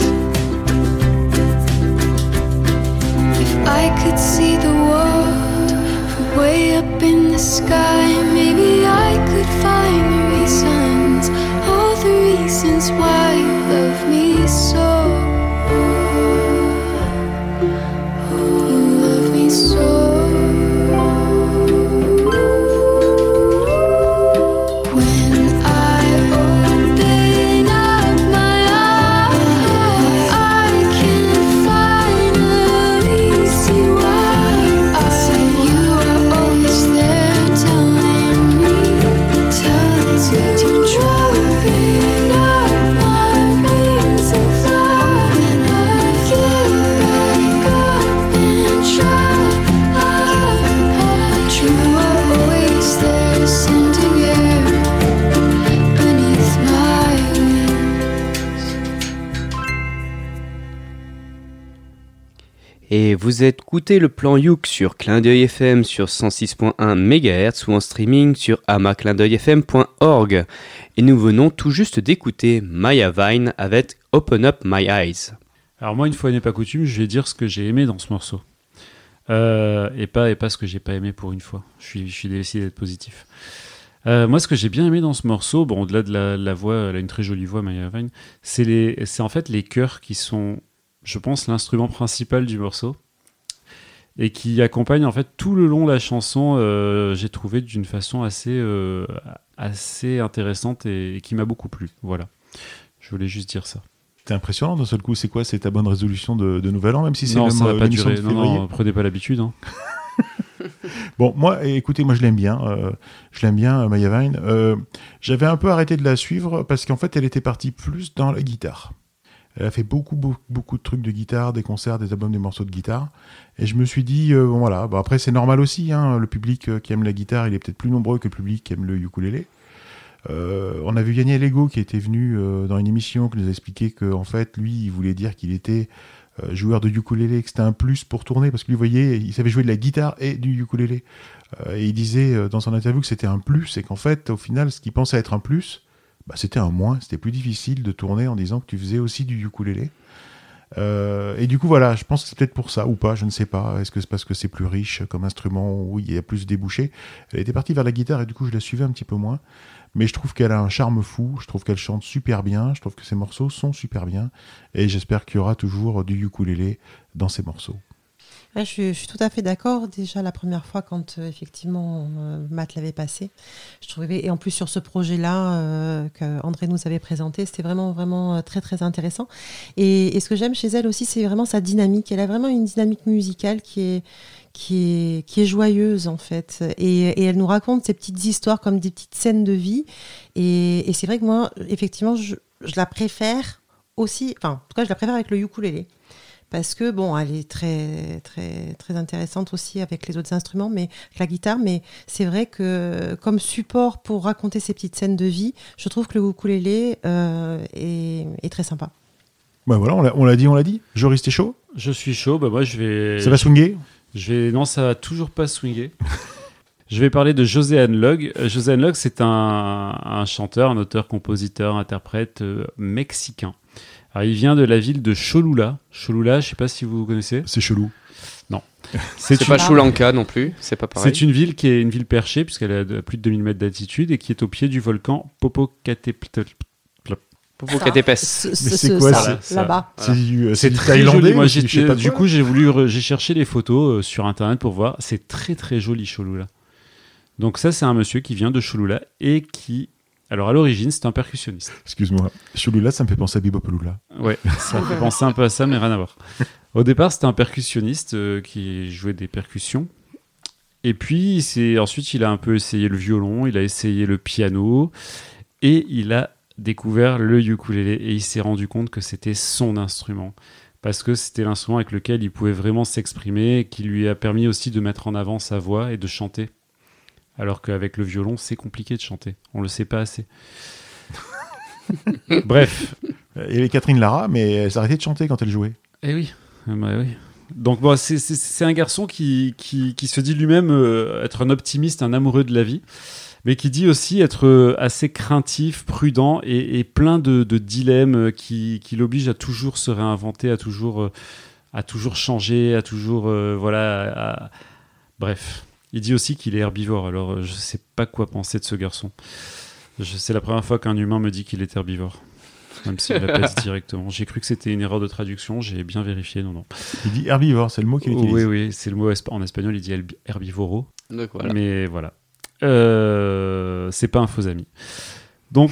If I could see the world from way up in the sky, maybe I could find the reasons, all the reasons why you love me so. You love me so. When I open up my eyes, I can finally see why you are always there, telling Et vous écoutez le plan Youk sur Clin d'œil FM sur 106.1 MHz ou en streaming sur amaclindeuilfm.org. Et nous venons tout juste d'écouter Maya Vine avec Open Up My Eyes. Alors moi, une fois n'est pas coutume, je vais dire ce que j'ai aimé dans ce morceau. Et pas ce que j'ai pas aimé pour une fois. Je suis décidé d'être positif. Moi, ce que j'ai bien aimé dans ce morceau, bon, au-delà de la voix, elle a une très jolie voix, Maya Vine, c'est en fait les chœurs qui sont, je pense, l'instrument principal du morceau et qui accompagnent en fait tout le long de la chanson. J'ai trouvé d'une façon assez intéressante et qui m'a beaucoup plu. Voilà, je voulais juste dire ça. C'est impressionnant d'un seul coup. C'est quoi? C'est ta bonne résolution de Nouvel An, même si c'est non, ça va pas l'émission durer. de février. Non, prenez pas l'habitude. Hein. Bon, moi, écoutez, moi je l'aime bien. Maya Vine. J'avais un peu arrêté de la suivre parce qu'en fait, elle était partie plus dans la guitare. Elle a fait beaucoup de trucs de guitare, des concerts, des albums, des morceaux de guitare. Et je me suis dit, bon voilà. Bon, après, c'est normal aussi. Hein, le public qui aime la guitare, il est peut-être plus nombreux que le public qui aime le ukulélé. On a vu Yannick Lego qui était venu dans une émission qui nous a expliqué qu'en fait, lui, il voulait dire qu'il était joueur de ukulélé, que c'était un plus pour tourner, parce que lui, vous voyez, il savait jouer de la guitare et du ukulélé. Et il disait dans son interview que c'était un plus, et qu'en fait, au final, ce qu'il pensait être un plus, bah, c'était un moins. C'était plus difficile de tourner en disant que tu faisais aussi du ukulélé. Et du coup, voilà, je pense que c'est peut-être pour ça, ou pas, je ne sais pas. Est-ce que c'est parce que c'est plus riche comme instrument, où il y a plus de débouchés? Elle était partie vers la guitare, et du coup, je la suivais un petit peu moins. Mais je trouve qu'elle a un charme fou, je trouve qu'elle chante super bien, je trouve que ses morceaux sont super bien, et j'espère qu'il y aura toujours du ukulélé dans ses morceaux. Ouais, je suis tout à fait d'accord. Déjà, la première fois, quand effectivement Matt l'avait passé, je trouvais, et en plus sur ce projet-là qu'André nous avait présenté, c'était vraiment très très intéressant. Et ce que j'aime chez elle aussi, c'est vraiment sa dynamique. Elle a vraiment une dynamique musicale qui est joyeuse en fait, et elle nous raconte ces petites histoires comme des petites scènes de vie, et c'est vrai que moi effectivement je la préfère aussi, enfin en tout cas je la préfère avec le ukulélé, parce que bon, elle est très très très intéressante aussi avec les autres instruments, mais la guitare, mais c'est vrai que comme support pour raconter ces petites scènes de vie, je trouve que le ukulélé est très sympa. Bah voilà, on l'a dit. Joris, t'es chaud? Je suis chaud, bah moi je vais... Ça va swinguer? Non, ça va toujours pas swinguer. Je vais parler de José Anlog. José Anlog, c'est un chanteur, un auteur, compositeur, interprète mexicain. Alors, il vient de la ville de Cholula. Cholula, je sais pas si vous connaissez. C'est chelou. Non. C'est pas Sri Lanka non plus, c'est pas pareil. C'est une ville qui est une ville perchée, puisqu'elle a plus de 2000 mètres d'altitude et qui est au pied du volcan Popocatépetl. Popocatépetl. C'est quoi ça, là-bas. C'est du très thaïlandais. joli. Moi, je sais pas du quoi. coup, j'ai cherché les photos sur internet pour voir. C'est très très joli, Cholula. Donc ça, c'est un monsieur qui vient de Cholula et qui, alors à l'origine, c'est un percussionniste. Excuse-moi, Cholula, ça me fait penser à Bebopolula. Ouais, ça fait penser un peu à ça, mais rien à voir. Au départ, c'était un percussionniste qui jouait des percussions. Et puis, ensuite, il a un peu essayé le violon, il a essayé le piano et il a découvert le ukulélé, et il s'est rendu compte que c'était son instrument, parce que c'était l'instrument avec lequel il pouvait vraiment s'exprimer, et qui lui a permis aussi de mettre en avant sa voix et de chanter, alors qu'avec le violon c'est compliqué de chanter, on le sait pas assez. Bref, il y avait Catherine Lara, mais elle s'arrêtait de chanter quand elle jouait. Eh oui, oui. Donc bon, c'est un garçon qui se dit lui-même être un optimiste, un amoureux de la vie, mais qui dit aussi être assez craintif, prudent et plein de dilemmes qui l'obligent à toujours se réinventer, à toujours changer, à toujours bref. Il dit aussi qu'il est herbivore. Alors je sais pas quoi penser de ce garçon. C'est la première fois qu'un humain me dit qu'il est herbivore, même s'il l'a pas dit directement. J'ai cru que c'était une erreur de traduction. J'ai bien vérifié. Non. Il dit herbivore, c'est le mot qu'il utilise. Oui, c'est le mot en espagnol. Il dit herbivoro. Donc voilà. Mais voilà. C'est pas un faux ami. Donc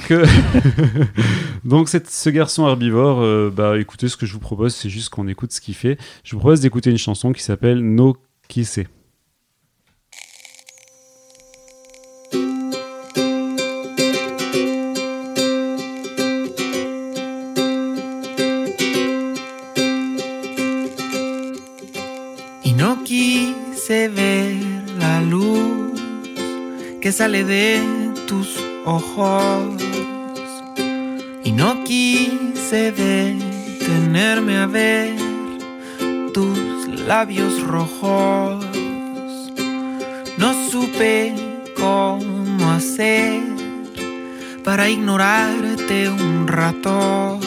ce garçon herbivore, écoutez, ce que je vous propose, c'est juste qu'on écoute ce qu'il fait. Je vous propose d'écouter une chanson qui s'appelle No Quise. Y no quise ver la luz que sale de tus ojos, y no quise detenerme a ver tus labios rojos. No supe cómo hacer para ignorarte un rato.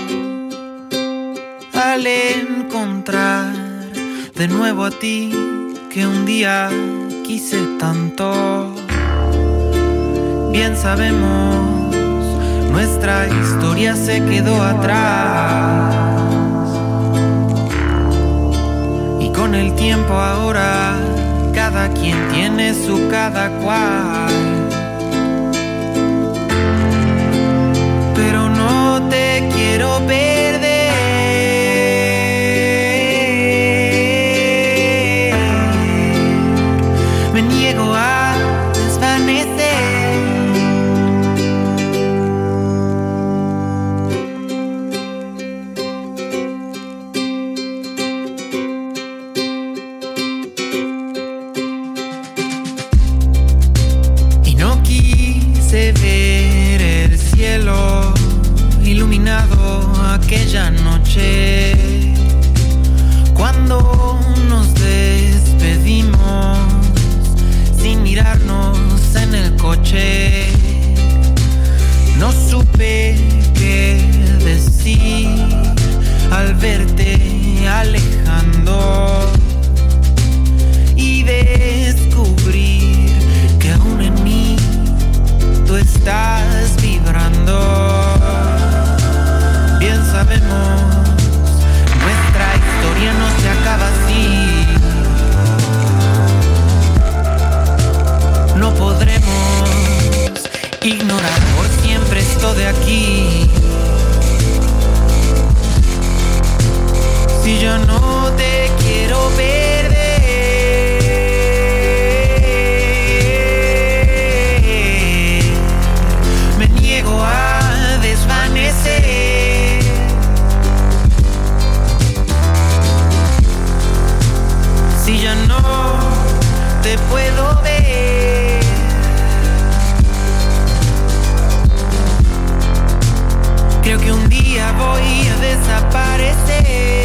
Al encontrar de nuevo a ti que un día quise tanto. Bien sabemos, nuestra historia se quedó atrás. Y con el tiempo ahora, cada quien tiene su cada cual. Pero no te quiero perder. Me niego a desvanecer. Y no quise ver el cielo iluminado aquella noche cuando nos despedimos sin mirarnos en el coche. No supe qué decir al verte alejando y descubrir que aún en mí tú estás vibrando. Bien sabemos, nuestra historia no se acaba así. No podremos ignorar por siempre esto de aquí. Si yo no te quiero perder, me niego a desvanecer. Si ya no te puedo ver, creo que un día voy a desaparecer.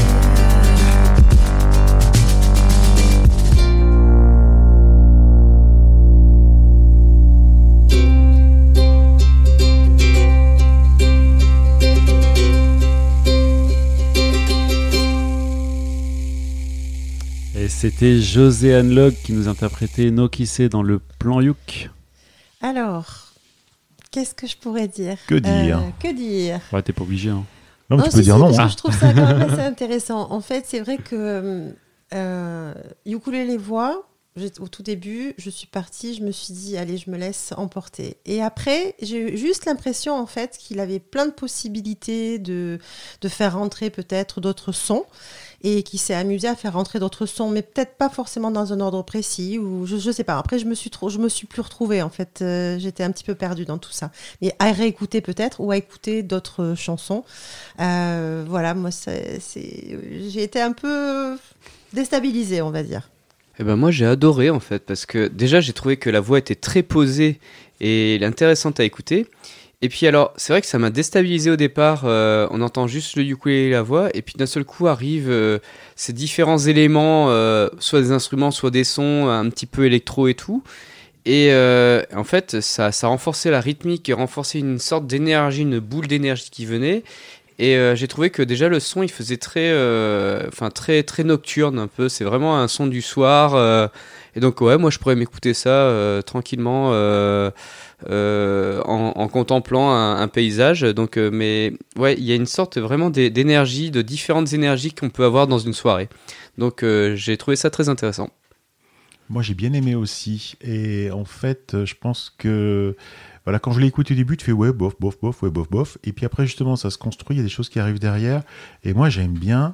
Et c'était José Anlog qui nous interprétait No Kissé dans le plan Youk. Alors, qu'est-ce que je pourrais dire Que dire Que dire Ouais, t'es pas obligé. Hein. Non, mais tu peux si, dire si, non. parce hein. que je trouve ça quand même assez intéressant. En fait, c'est vrai que Ukulélé Voix, au tout début, je suis partie, je me suis dit, allez, je me laisse emporter. Et après, j'ai eu juste l'impression, en fait, qu'il avait plein de possibilités de faire rentrer peut-être d'autres sons et qu'il s'est amusé à faire rentrer d'autres sons, mais peut-être pas forcément dans un ordre précis, ou je sais pas. Après, je me suis plus retrouvée, en fait. J'étais un petit peu perdue dans tout ça. Mais à réécouter peut-être, ou à écouter d'autres chansons. Voilà, moi, j'ai été un peu déstabilisée, on va dire. Eh ben moi j'ai adoré en fait parce que déjà j'ai trouvé que la voix était très posée et intéressante à écouter. Et puis alors c'est vrai que ça m'a déstabilisé au départ, on entend juste le ukulélé et la voix et puis d'un seul coup arrivent ces différents éléments, soit des instruments, soit des sons un petit peu électro et tout. Et en fait ça renforçait la rythmique et renforçait une sorte d'énergie, une boule d'énergie qui venait. Et j'ai trouvé que déjà le son il faisait très nocturne un peu, c'est vraiment un son du soir et donc ouais moi je pourrais m'écouter ça tranquillement en contemplant un paysage donc mais ouais il y a une sorte vraiment d'énergie, de différentes énergies qu'on peut avoir dans une soirée donc j'ai trouvé ça très intéressant. Moi j'ai bien aimé aussi et en fait je pense que voilà, quand je l'ai écouté au début, tu fais ouais, bof, bof, bof, ouais, bof, bof. Et puis après, justement, ça se construit, il y a des choses qui arrivent derrière. Et moi, j'aime bien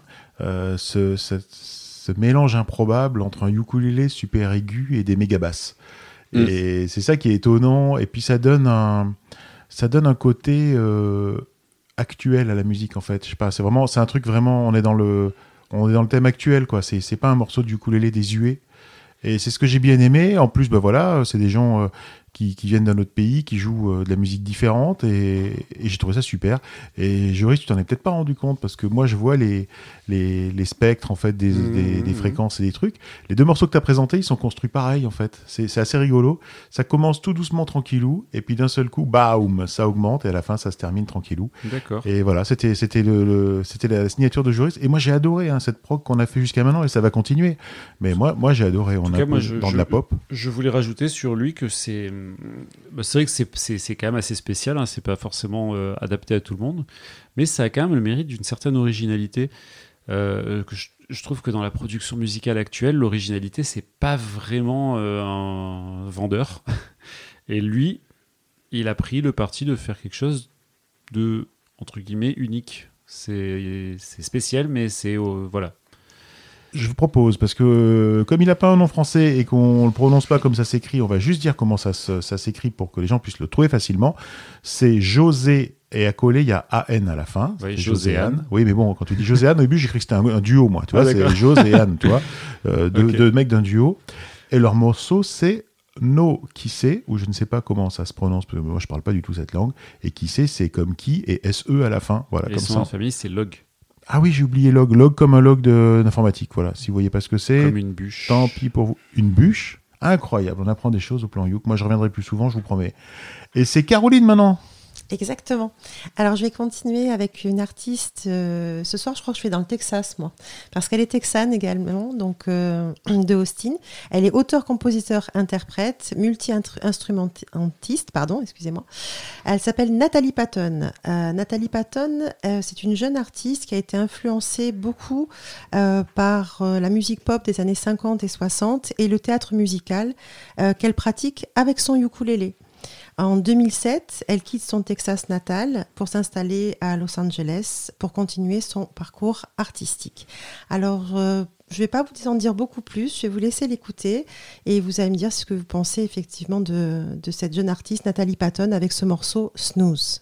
ce mélange improbable entre un ukulélé super aigu et des méga basses. Et c'est ça qui est étonnant. Et puis ça donne un côté actuel à la musique, en fait. Je sais pas, c'est un truc vraiment, on est dans le thème actuel, quoi. C'est pas un morceau de ukulélé désuet. Et c'est ce que j'ai bien aimé. En plus, bah voilà, c'est des gens qui viennent d'un autre pays, qui jouent de la musique différente, et j'ai trouvé ça super. Et Joris, tu t'en es peut-être pas rendu compte, parce que moi je vois les spectres en fait des fréquences et des trucs. Les 2 morceaux que tu as présentés, ils sont construits pareil en fait. C'est assez rigolo. Ça commence tout doucement tranquillou, et puis d'un seul coup, baoum, ça augmente, et à la fin ça se termine tranquillou. D'accord. Et voilà, c'était la signature de Joris. Et moi j'ai adoré cette prog qu'on a fait jusqu'à maintenant, et ça va continuer. Mais moi j'ai adoré. On a dans de la pop. Je voulais rajouter sur lui que c'est vrai que c'est quand même assez spécial, c'est pas forcément adapté à tout le monde, mais ça a quand même le mérite d'une certaine originalité. Que je trouve que dans la production musicale actuelle, l'originalité c'est pas vraiment un vendeur. Et lui, il a pris le parti de faire quelque chose de entre guillemets unique. C'est spécial, mais c'est voilà. Je vous propose, parce que comme il n'a pas un nom français et qu'on ne le prononce pas comme ça s'écrit, on va juste dire comment ça s'écrit pour que les gens puissent le trouver facilement. C'est José, et accolé, il y a A-N à la fin. Oui, Joséanne. Oui, mais bon, quand tu dis Joséanne, au début, j'ai cru que c'était un duo, moi. Tu vois, c'est Joséanne, tu vois, deux mecs d'un duo. Et leur morceau, c'est No qui sait, ou je ne sais pas comment ça se prononce, parce que moi, je ne parle pas du tout cette langue. Et qui sait, c'est comme qui, et S-E à la fin. Voilà, et comme son ça. nom de famille, c'est Log. Ah oui, j'ai oublié log comme un log d'informatique. Voilà, si vous voyez pas ce que c'est. Comme une bûche. Tant pis pour vous. Une bûche, incroyable. On apprend des choses au plan Youk. Moi, je reviendrai plus souvent, je vous promets. Et c'est Caroline maintenant. Exactement. Alors, je vais continuer avec une artiste. Ce soir, je crois que je vais dans le Texas, moi. Parce qu'elle est texane également, donc de Austin. Elle est auteur-compositeur-interprète, multi-instrumentiste, excusez-moi. Elle s'appelle Natalie Patton. Natalie Patton, c'est une jeune artiste qui a été influencée beaucoup par la musique pop des années 50 et 60 et le théâtre musical qu'elle pratique avec son ukulélé. En 2007, elle quitte son Texas natal pour s'installer à Los Angeles pour continuer son parcours artistique. Alors, je ne vais pas vous en dire beaucoup plus, je vais vous laisser l'écouter et vous allez me dire ce que vous pensez effectivement de cette jeune artiste Natalie Patton avec ce morceau Snooze.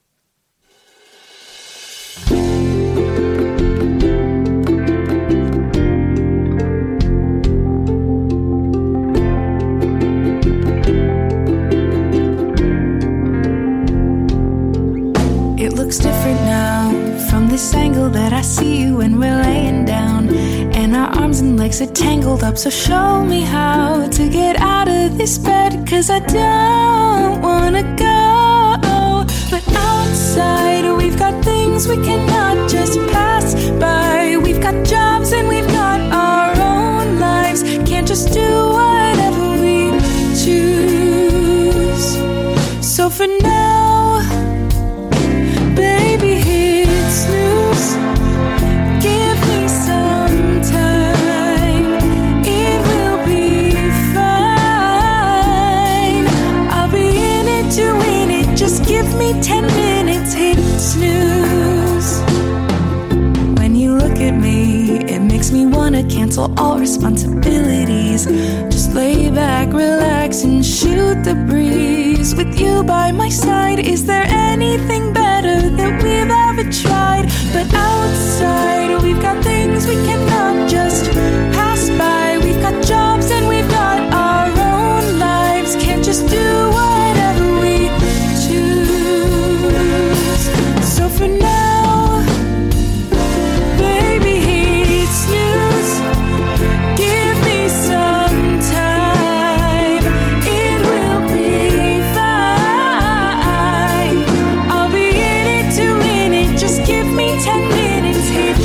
Looks different now from this angle that I see you when we're laying down and our arms and legs are tangled up. So show me how to get out of this bed, 'cause I don't wanna go. But outside we've got things we cannot just pass by. We've got jobs and we've got our own lives. Can't just do whatever we choose. So for now, baby, hit snooze. Give me some time. It will be fine. I'll be in it to win it. Just give me 10 minutes. Hit snooze. When you look at me, it makes me wanna cancel all responsibilities. Just lay back, relax, and shoot the breeze. With you by my side, is there anything better that we've ever tried? But outside, we've got things we cannot just pass by. We've got jobs and we've got our own lives. Can't just do whatever we choose. So for now, baby, hit snooze. Give me some time. It will be fine. I'll be in it to win it. Just give me 10 minutes. Hit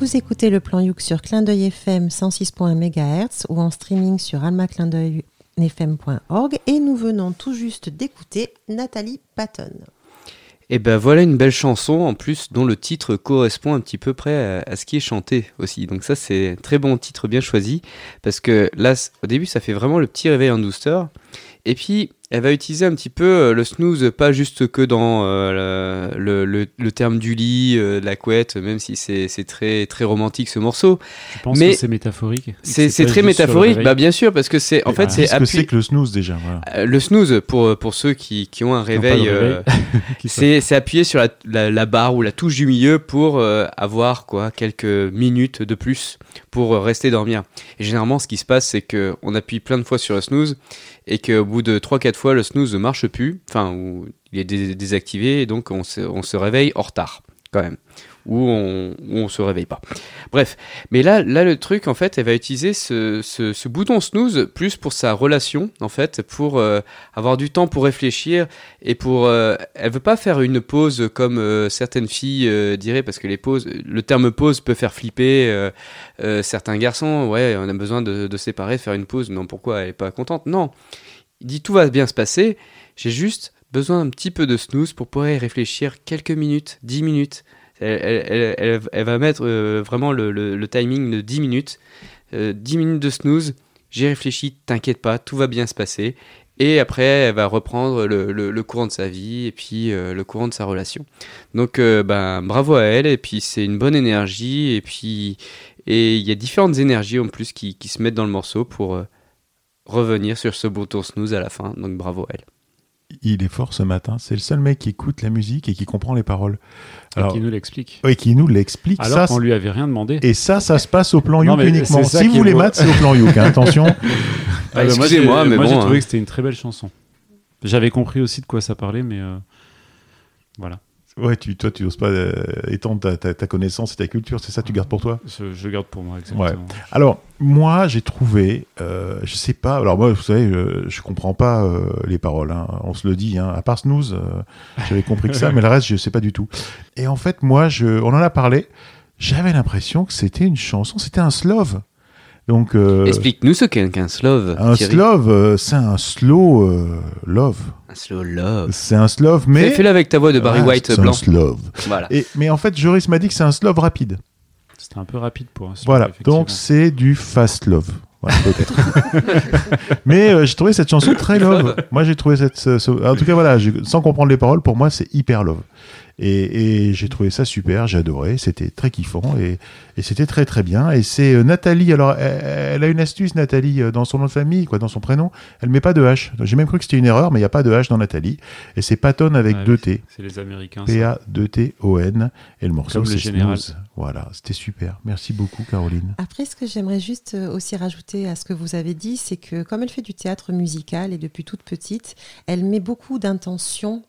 Vous écoutez le plan Youk sur Clin d'œil FM 106.1 MHz ou en streaming sur almaclindeuilfm.org et nous venons tout juste d'écouter Nathalie Patton. Et ben voilà une belle chanson en plus dont le titre correspond un petit peu près à ce qui est chanté aussi. Donc ça c'est un très bon titre, bien choisi, parce que là au début ça fait vraiment le petit réveil en douceur. Et puis elle va utiliser un petit peu le snooze, pas juste que dans le terme du lit, de la couette, même si c'est très très romantique ce morceau. Je pense Mais que c'est métaphorique. C'est pas très juste sur le métaphorique, réveil. bah bien sûr, parce que c'est en fait c'est Qu'est-ce que c'est que le snooze déjà, voilà. le snooze pour ceux qui ont un Qui n'ont pas réveil, de réveil. Qui c'est appuyer sur la barre ou la touche du milieu pour avoir quelques minutes de plus pour rester dormir. Et généralement ce qui se passe c'est que on appuie plein de fois sur le snooze et qu'au bout de 3-4 fois le snooze ne marche plus, enfin où il est désactivé et donc on se réveille en retard quand même. Ou on se réveille pas. Bref, mais là le truc en fait, elle va utiliser ce bouton snooze plus pour sa relation en fait, pour avoir du temps pour réfléchir et pour elle veut pas faire une pause comme certaines filles diraient, parce que les pauses, le terme pause peut faire flipper certains garçons. Ouais, on a besoin de se séparer, de faire une pause. Non, pourquoi elle est pas contente? Non, il dit tout va bien se passer. J'ai juste besoin d'un petit peu de snooze pour pouvoir y réfléchir quelques minutes, 10 minutes. Elle va mettre vraiment le timing de 10 minutes. 10 minutes de snooze, j'ai réfléchi, t'inquiète pas, tout va bien se passer. Et après, elle va reprendre le courant de sa vie et puis le courant de sa relation. Donc, bravo à elle. Et puis, c'est une bonne énergie. Et puis, il y a différentes énergies en plus qui se mettent dans le morceau pour revenir sur ce bouton snooze à la fin. Donc, bravo à elle. Il est fort ce matin. C'est le seul mec qui écoute la musique et qui comprend les paroles. Alors, qui nous l'explique. Oui, qui nous l'explique. Alors qu'on lui avait rien demandé. Et ça se passe au plan Non, Youk mais uniquement. c'est ça Si qui vous est les beau. maths, c'est au plan Youk, hein, attention. Excusez-moi, mais moi j'ai bon, trouvé hein. que c'était une très belle chanson. J'avais compris aussi de quoi ça parlait, mais voilà. Ouais, toi, tu n'oses pas étendre ta connaissance et ta culture, c'est ça que tu gardes pour toi? Je garde pour moi, exactement. Ouais. Alors, moi, j'ai trouvé, je sais pas, alors moi, vous savez, je comprends pas les paroles, hein, on se le dit, hein, à part Snooze, j'avais compris que ça, mais le reste, je sais pas du tout. Et en fait, moi, on en a parlé, j'avais l'impression que c'était une chanson, c'était un slove. Donc, Explique-nous ce qu'est un slove. un Thierry. slove, c'est un slow love. Un slow love. C'est un slove, mais... Fais-le avec ta voix de Barry Ouais, White c'est blanc. un slove. Voilà. Mais en fait, Joris m'a dit que c'est un slove rapide. C'était un peu rapide pour un slow, Voilà, effectivement. donc c'est du fast love. Voilà, peut-être. Mais j'ai trouvé cette chanson très love. Moi, j'ai trouvé en tout cas, voilà, sans comprendre les paroles, pour moi, c'est hyper love. Et j'ai trouvé ça super, j'ai adoré, c'était très kiffant et c'était très très bien. Et c'est Nathalie, alors elle a une astuce, Nathalie, dans son nom de famille, dans son prénom, elle met pas de H. J'ai même cru que c'était une erreur, mais il n'y a pas de H dans Nathalie. Et c'est Patton avec Ouais, 2 T. C'est les Américains. ça. P-A-2-T-O-N. Et le morceau, Comme le c'est général. Smooth. Voilà, c'était super. Merci beaucoup, Caroline. Après, ce que j'aimerais juste aussi rajouter à ce que vous avez dit, c'est que comme elle fait du théâtre musical et depuis toute petite, elle met beaucoup d'intention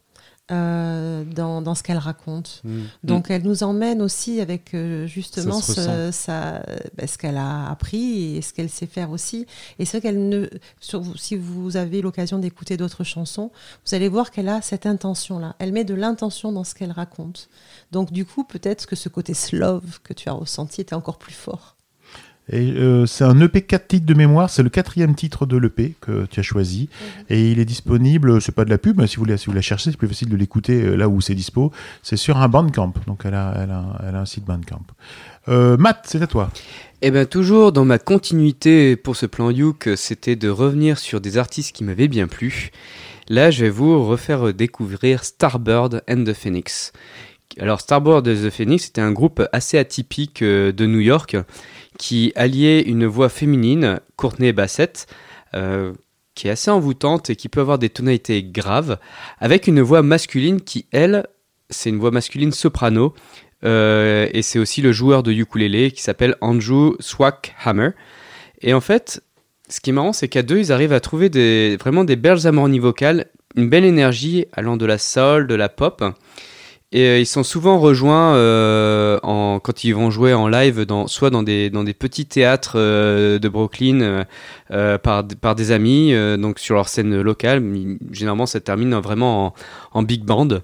dans ce qu'elle raconte. Donc elle nous emmène aussi avec justement Ça se ce qu'elle a appris et ce qu'elle sait faire aussi. Et c'est vrai si vous avez l'occasion d'écouter d'autres chansons, vous allez voir qu'elle a cette intention-là. Elle met de l'intention dans ce qu'elle raconte. Donc du coup, peut-être que ce côté slove que tu as ressenti était encore plus fort. Et c'est un EP 4 titres de mémoire, c'est le 4e titre de l'EP que tu as choisi. Et il est disponible, c'est pas de la pub, mais si vous la cherchez, c'est plus facile de l'écouter là où c'est dispo. C'est sur un Bandcamp, donc elle a un site Bandcamp. Matt, c'est à toi. Eh bien, toujours dans ma continuité pour ce plan Youk, c'était de revenir sur des artistes qui m'avaient bien plu. Là, je vais vous refaire découvrir Starbird and the Phoenix. Alors, Starbird and the Phoenix, c'était un groupe assez atypique de New York qui alliait une voix féminine, Courtney Bassett, qui est assez envoûtante et qui peut avoir des tonalités graves, avec une voix masculine qui, elle, c'est une voix masculine soprano, et c'est aussi le joueur de ukulélé qui s'appelle Andrew Swackhammer. Et en fait, ce qui est marrant, c'est qu'à deux, ils arrivent à trouver vraiment des belles harmonies vocales, une belle énergie allant de la soul, de la pop. Et ils sont souvent rejoints quand ils vont jouer en live, soit dans des petits théâtres de Brooklyn par des amis, donc sur leur scène locale. Généralement, ça termine vraiment en big band.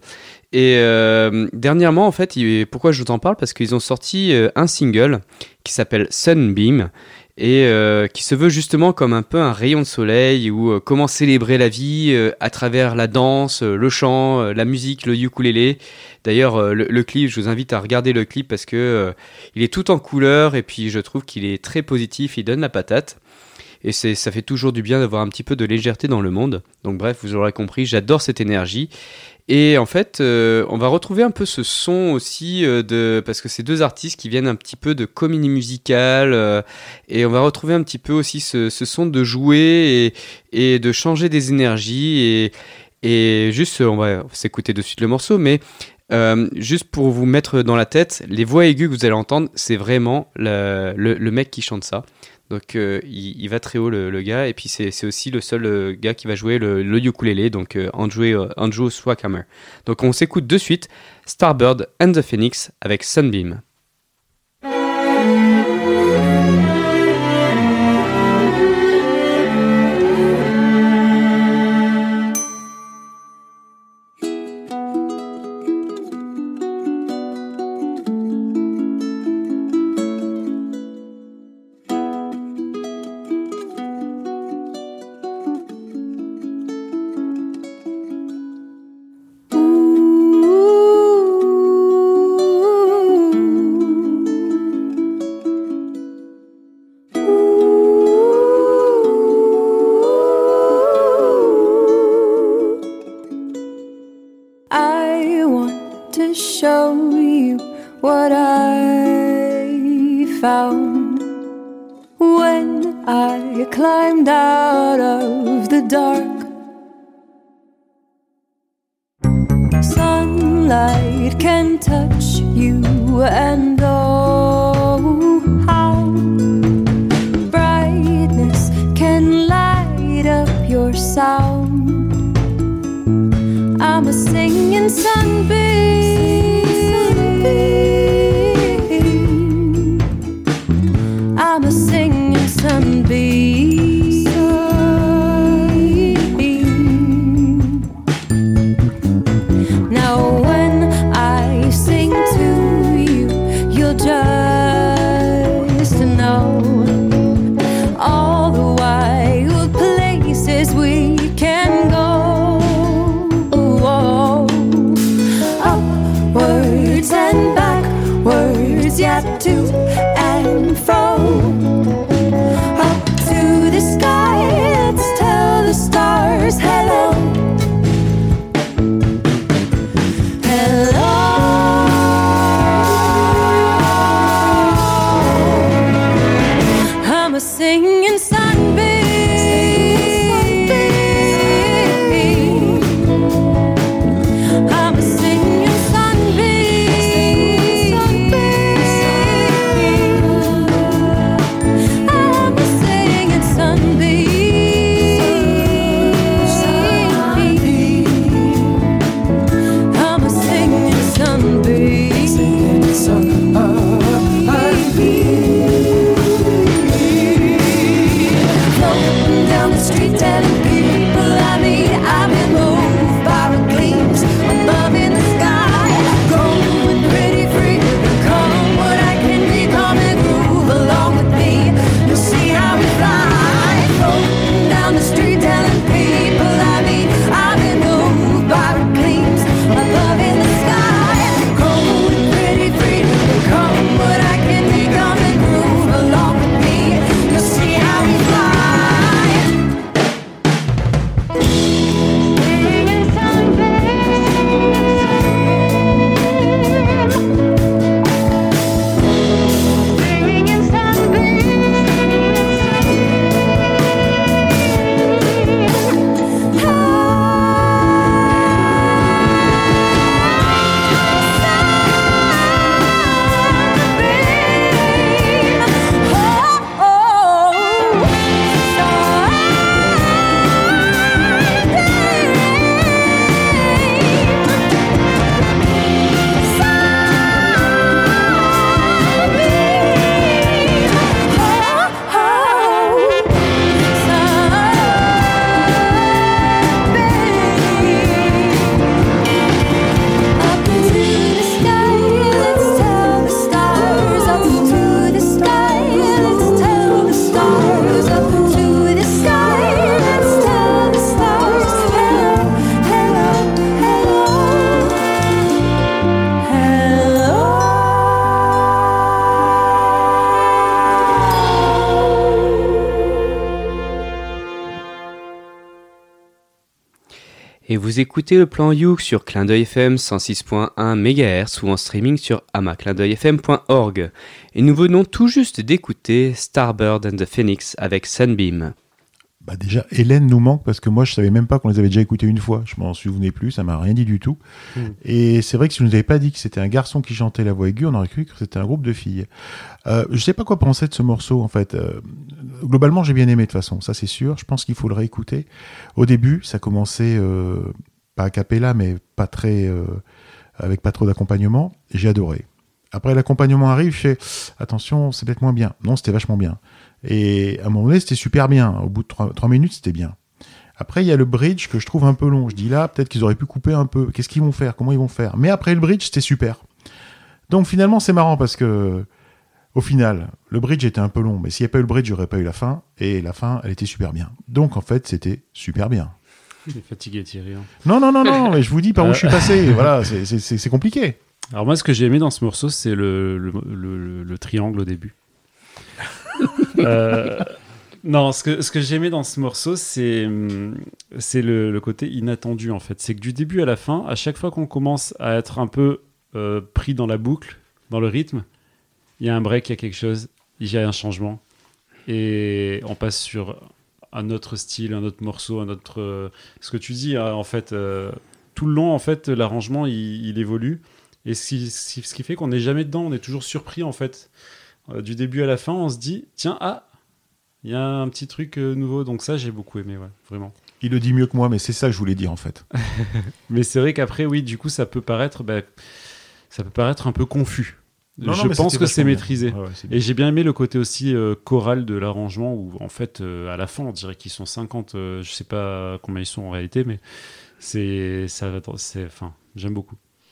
Et dernièrement, en fait, pourquoi je vous en parle? Parce qu'ils ont sorti un single qui s'appelle Sunbeam et qui se veut justement comme un peu un rayon de soleil ou comment célébrer la vie à travers la danse, le chant, la musique, le ukulélé. D'ailleurs, le clip, je vous invite à regarder le clip parce que il est tout en couleurs et puis je trouve qu'il est très positif, il donne la patate. Et ça fait toujours du bien d'avoir un petit peu de légèreté dans le monde. Donc bref, vous aurez compris, j'adore cette énergie. Et en fait, on va retrouver un peu ce son aussi, parce que c'est deux artistes qui viennent un petit peu de comédie musicale, et on va retrouver un petit peu aussi ce son de jouer et de changer des énergies. Et juste, on va s'écouter de suite le morceau, mais juste pour vous mettre dans la tête, les voix aiguës que vous allez entendre, c'est vraiment le mec qui chante ça. Donc il va très haut le gars, et puis c'est aussi le seul gars qui va jouer le ukulélé, donc Andrew Swaghammer. Donc on s'écoute de suite Starbird and the Phoenix avec Sunbeam. vous écoutez le plan Youk sur Clin d'œil FM 106.1 MHz ou en streaming sur amaclindeuilfm.org. Et nous venons tout juste d'écouter Starbird and the Phoenix avec Sunbeam. Bah déjà, Hélène nous manque parce que moi je savais même pas qu'on les avait déjà écoutés une fois. Je m'en souvenais plus, ça m'a rien dit du tout. Et c'est vrai que si vous nous avez pas dit que c'était un garçon qui chantait la voix aiguë, on aurait cru que c'était un groupe de filles. Je sais pas quoi penser de ce morceau en fait. Globalement, j'ai bien aimé de toute façon, ça c'est sûr. Je pense qu'il faut le réécouter. Au début, ça commençait pas a cappella, mais pas très avec pas trop d'accompagnement. J'ai adoré. Après l'accompagnement arrive, je fais attention, c'est peut-être moins bien. Non, c'était vachement bien. Et à un moment donné, c'était super bien. Au bout de 3 minutes, c'était bien. Après, il y a le bridge que je trouve un peu long. Je dis là, peut-être qu'ils auraient pu couper un peu. Qu'est-ce qu'ils vont faire ? Comment ils vont faire ? Mais après le bridge, c'était super. Donc finalement, c'est marrant parce que, au final, le bridge était un peu long. Mais s'il n'y avait pas eu le bridge, j'aurais pas eu la fin. Et la fin, elle était super bien. Donc en fait, c'était super bien. Il est fatigué, Thierry. Hein. Non, mais je vous dis par où je suis passé. Voilà, c'est compliqué. Alors moi, ce que j'ai aimé dans ce morceau, c'est le triangle au début. Non, ce que j'ai aimé dans ce morceau, c'est le côté inattendu, en fait. C'est que du début à la fin, à chaque fois qu'on commence à être un peu pris dans la boucle, dans le rythme, il y a un break, il y a quelque chose, il y a un changement. Et on passe sur un autre style, un autre morceau, un autre... ce que tu dis, en fait, tout le long, en fait, l'arrangement, il évolue. Et ce qui fait qu'on n'est jamais dedans, on est toujours surpris, en fait. Du début à la fin, on se dit, tiens, il y a un petit truc nouveau. Donc ça, j'ai beaucoup aimé, ouais, vraiment. Il le dit mieux que moi, mais c'est ça que je voulais dire, en fait. Mais c'est vrai qu'après, oui, du coup, ça peut paraître un peu confus. Non, je pense que c'est maîtrisé. Ouais, c'est et j'ai bien aimé le côté aussi choral de l'arrangement, où en fait, à la fin, on dirait qu'ils sont 50. Je sais pas combien ils sont en réalité, mais j'aime beaucoup.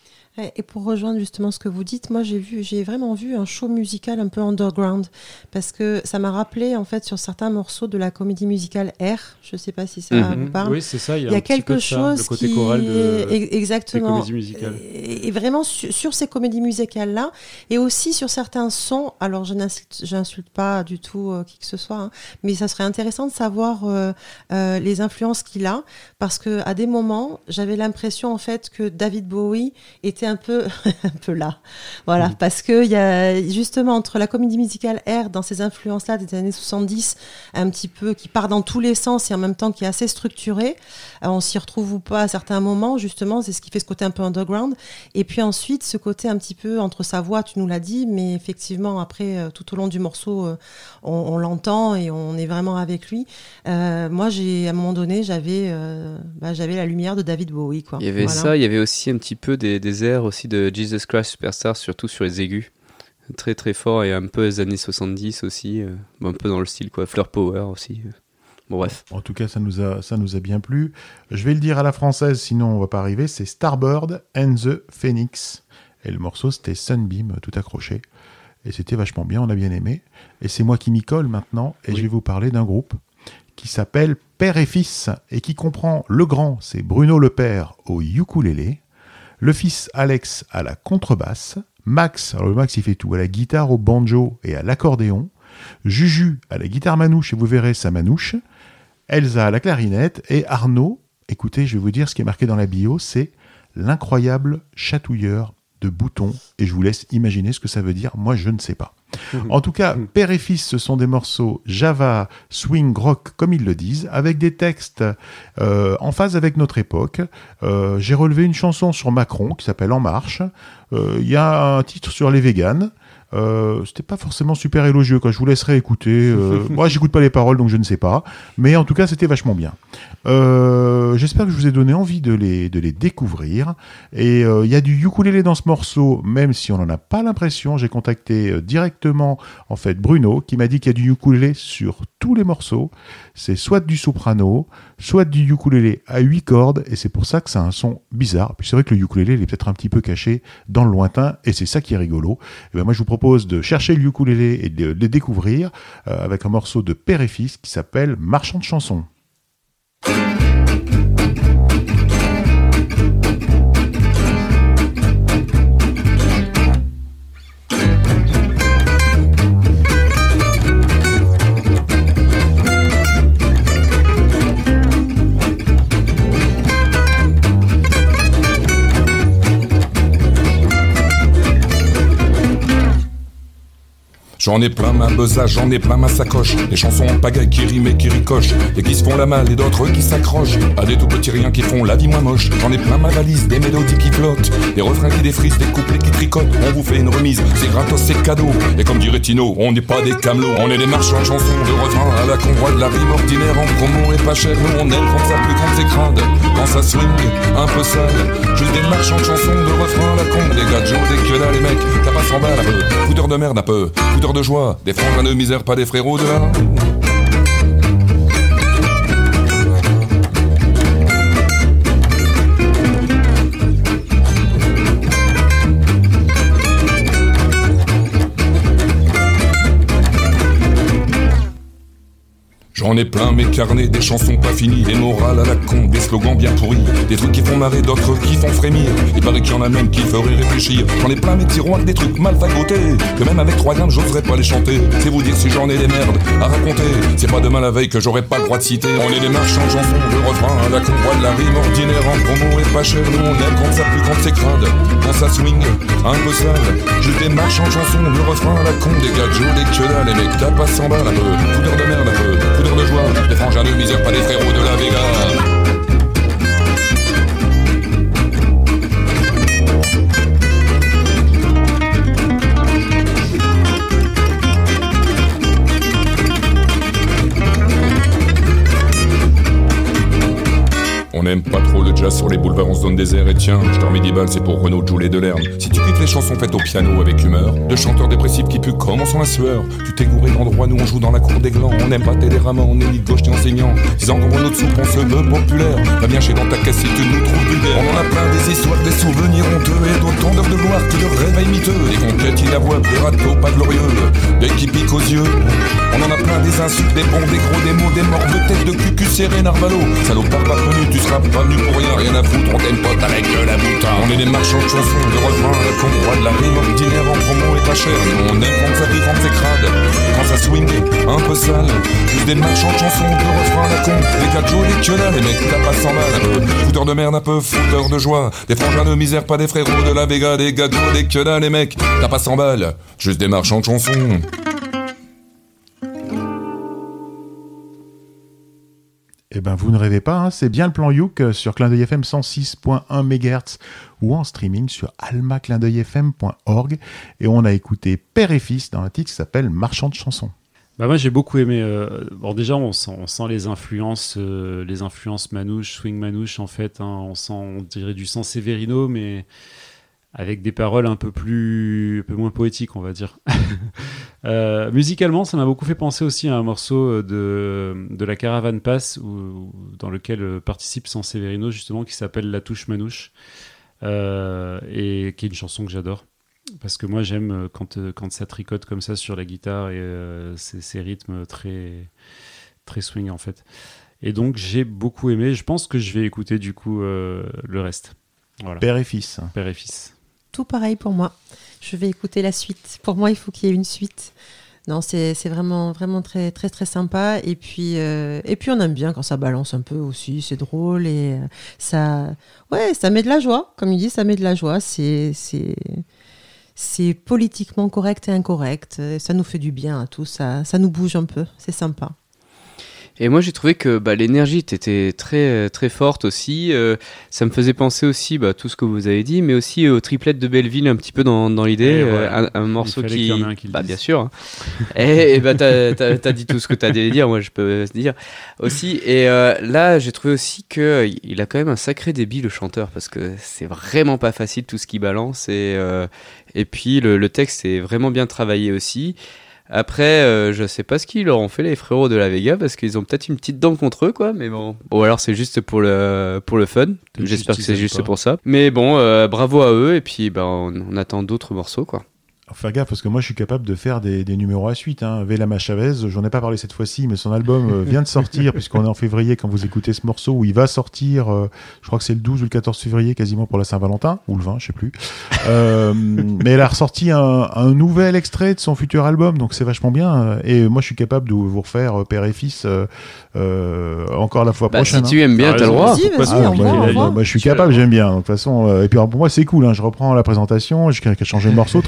Et pour rejoindre justement ce que vous dites, moi j'ai vraiment vu un show musical un peu underground parce que ça m'a rappelé en fait sur certains morceaux de la comédie musicale R. Je ne sais pas si ça vous parle. Oui, c'est ça. Il y a quelque chose le côté choral exactement. Des comédies musicales. Et vraiment sur ces comédies musicales là, et aussi sur certains sons. Alors je n'insulte pas du tout qui que ce soit, hein, mais ça serait intéressant de savoir les influences qu'il a parce que à des moments j'avais l'impression en fait que David Bowie était un peu là, voilà, parce que il y a justement entre la comédie musicale R dans ces influences-là des années 70, un petit peu qui part dans tous les sens et en même temps qui est assez structuré, on s'y retrouve ou pas à certains moments, justement, c'est ce qui fait ce côté un peu underground. Et puis ensuite, ce côté un petit peu entre sa voix, tu nous l'as dit, mais effectivement après tout au long du morceau, on l'entend et on est vraiment avec lui. Moi, à un moment donné, j'avais la lumière de David Bowie, quoi. Il y avait ça, il y avait aussi un petit peu des airs aussi de Jesus Christ Superstar, surtout sur les aigus, très très fort, et un peu les années 70 aussi, un peu dans le style quoi, Flower Power aussi. Bon bref. En tout cas, ça nous a bien plu. Je vais le dire à la française, sinon on va pas arriver. C'est Starbird and the Phoenix, et le morceau c'était Sunbeam, tout accroché, et c'était vachement bien, on a bien aimé. Et c'est moi qui m'y colle maintenant, et je vais vous parler d'un groupe qui s'appelle Père et Fils et qui comprend le grand, c'est Bruno le père au ukulélé. Le fils Alex à la contrebasse, Max, alors le Max il fait tout, à la guitare, au banjo et à l'accordéon, Juju à la guitare manouche et vous verrez sa manouche, Elsa à la clarinette et Arnaud, écoutez je vais vous dire ce qui est marqué dans la bio, c'est l'incroyable chatouilleur de boutons et je vous laisse imaginer ce que ça veut dire, moi je ne sais pas. En tout cas, Père et Fils, ce sont des morceaux Java, swing, rock, comme ils le disent, avec des textes en phase avec notre époque. J'ai relevé une chanson sur Macron qui s'appelle En Marche. Il y a un titre sur les véganes. C'était pas forcément super élogieux, quoi. Je vous laisserai écouter. Moi, j'écoute pas les paroles, donc je ne sais pas. Mais en tout cas, c'était vachement bien. J'espère que je vous ai donné envie de les découvrir. Et il y a du ukulélé dans ce morceau, même si on n'en a pas l'impression. J'ai contacté directement, en fait, Bruno, qui m'a dit qu'il y a du ukulélé sur tous les morceaux. C'est soit du soprano, soit du ukulélé à 8 cordes, et c'est pour ça que ça a un son bizarre. Puis c'est vrai que le ukulélé, il est peut-être un petit peu caché dans le lointain, et c'est ça qui est rigolo. Et ben moi, je vous propose de chercher le ukulélé et de les découvrir avec un morceau de Père et Fils qui s'appelle Marchand de chansons. J'en ai plein ma besace, j'en ai plein ma sacoche. Des chansons en pagaille qui riment et qui ricochent. Et qui se font la malle et d'autres qui s'accrochent à des tout petits riens qui font la vie moins moche. J'en ai plein ma valise, des mélodies qui flottent, des refrains qui défrisent, des couplets qui tricotent. On vous fait une remise, c'est gratos, c'est cadeau. Et comme dirait Tino, on n'est pas des camelots. On est des marchands de chansons, de refrains à la convoi de la rime ordinaire en promo et pas cher. Nous on aime quand ça pue, quand c'est crade, quand ça swing, un peu sale. Juste des marchands de chansons, de refrains à la con. Des gadgets, des que dalle, les mecs, t'as pas 100 balles un peu. Fouteurs de merde un peu, fouteurs de joie. Des frangins de misère, pas des frérots de là. J'en ai plein mes carnets, des chansons pas finies, des morales à la con, des slogans bien pourris, des trucs qui font marrer, d'autres qui font frémir. Il paraît qu'il y en a même qui feraient réfléchir. J'en ai plein mes tiroirs, des trucs mal fagotés, que même avec 3 grammes j'oserais pas les chanter. C'est vous dire si j'en ai des merdes à raconter. C'est pas demain la veille que j'aurais pas le droit de citer. On est des marchands de chansons, de refrains à la convoi de la rime ordinaire en promo et pas cher. Nous on aime quand ça pue, quand c'est crade, quand ça swing, un peu sale. Juste des marchands de chansons, de refrains à la con, des gadgets, des que dalle, les mecs t'as pas 100 balles un peu. Fouteurs de merde un peu, fouteurs de joie, des frangins de misère, pas des frérots de la Vega. On n'aime pas trop le jazz sur les boulevards, on se donne des airs. Et tiens, je t'en remets 10 balles, c'est pour Renaud Joulet de Lerne. Si tu kiffes les chansons faites au piano avec humeur, de chanteurs dépressifs qui puent comme on sent la sueur, tu t'es gouré d'endroit, nous on joue dans la cour des glands. On n'aime pas Télérama, on est ni de gauche ni enseignant. Disant qu'on notre soupe, on se veut populaire. Va bien chez dans ta casse si tu nous trouves vulgaire. On en a plein des histoires, des souvenirs honteux et d'autant d'heures de gloire que de réveils miteux. Des conquêtes inavouables, des râteaux pas glorieux, des qui piquent aux yeux. On en a plein des insultes, des bons, des gros, des mots, des morts de tête de cucu serré narvalo. Salopard pas venu, tu seras pas venu pour rien à foutre, on t'aime pas avec la boutin. On est des marchands de chansons, de refrains, la convoi de la rime ordinaire en promo et pas cher. Nous on aime quand ça pue, quand c'est crade, quand ça swing, un peu sale. Juste des marchands de chansons, de refrains, la con, des gadgets, des que dalle, les mecs t'as pas 100 balles un peu. Fouteurs de merde un peu, fouteurs de joie, des frangins de misère, pas des frérots de la Vega, des gadgets, des que dalle, les mecs t'as pas 100 balles, juste des marchands de chansons. Eh ben, vous ne rêvez pas, hein, c'est bien le plan Youk sur Clin d'œil FM 106.1 MHz ou en streaming sur almaclindeuilfm.org. Et on a écouté Père et Fils dans un titre qui s'appelle Marchand de chansons. Bah moi j'ai beaucoup aimé. Bon déjà on sent les influences manouche, swing manouche en fait. Hein, on dirait du San Severino mais avec des paroles un peu moins poétiques, on va dire. Musicalement, ça m'a beaucoup fait penser aussi à un morceau de la Caravane Passe, dans lequel participe San Severino, justement, qui s'appelle La Touche Manouche, et qui est une chanson que j'adore. Parce que moi, j'aime quand ça tricote comme ça sur la guitare, et ces rythmes très, très swing, en fait. Et donc, j'ai beaucoup aimé. Je pense que je vais écouter, du coup, le reste. Voilà. Père et Fils. Père et Fils. Tout pareil pour moi. Je vais écouter la suite. Pour moi, il faut qu'il y ait une suite. Non, c'est vraiment, vraiment très, très, très sympa. Et puis, on aime bien quand ça balance un peu aussi. C'est drôle et ça met de la joie. Comme il dit, ça met de la joie. C'est politiquement correct et incorrect. Ça nous fait du bien à tous. Ça nous bouge un peu. C'est sympa. Et moi j'ai trouvé que l'énergie était très très forte aussi. Ça me faisait penser aussi tout ce que vous avez dit, mais aussi aux triplettes de Belleville un petit peu dans l'idée. Ouais, un morceau qui bien sûr. Hein. et t'as dit tout ce que t'as à dire. Moi je peux dire aussi. Et là j'ai trouvé aussi que il a quand même un sacré débit le chanteur parce que c'est vraiment pas facile tout ce qu'il balance et puis le texte est vraiment bien travaillé aussi. Après, je sais pas ce qu'ils leur ont fait les frérots de la Vega parce qu'ils ont peut-être une petite dent contre eux, quoi. Mais bon, alors c'est juste pour le fun. J'espère que c'est juste pour ça. Mais bon, bravo à eux et puis on attend d'autres morceaux, quoi. Faire gaffe parce que moi je suis capable de faire des numéros à suite. Hein. Vélama Chavez, j'en ai pas parlé cette fois-ci, mais son album vient de sortir puisqu'on est en février quand vous écoutez ce morceau où il va sortir. Je crois que c'est le 12 ou le 14 février quasiment pour la Saint-Valentin ou le 20, je sais plus. Mais elle a ressorti un nouvel extrait de son futur album, donc c'est vachement bien. Et moi je suis capable de vous refaire Père et Fils encore la fois prochaine. Si tu aimes bien, t'as le droit. Moi je suis capable, j'aime bien. De toute façon, et puis alors, pour moi c'est cool. Hein, je reprends la présentation, j'ai changé le morceau tranquillou. Hein.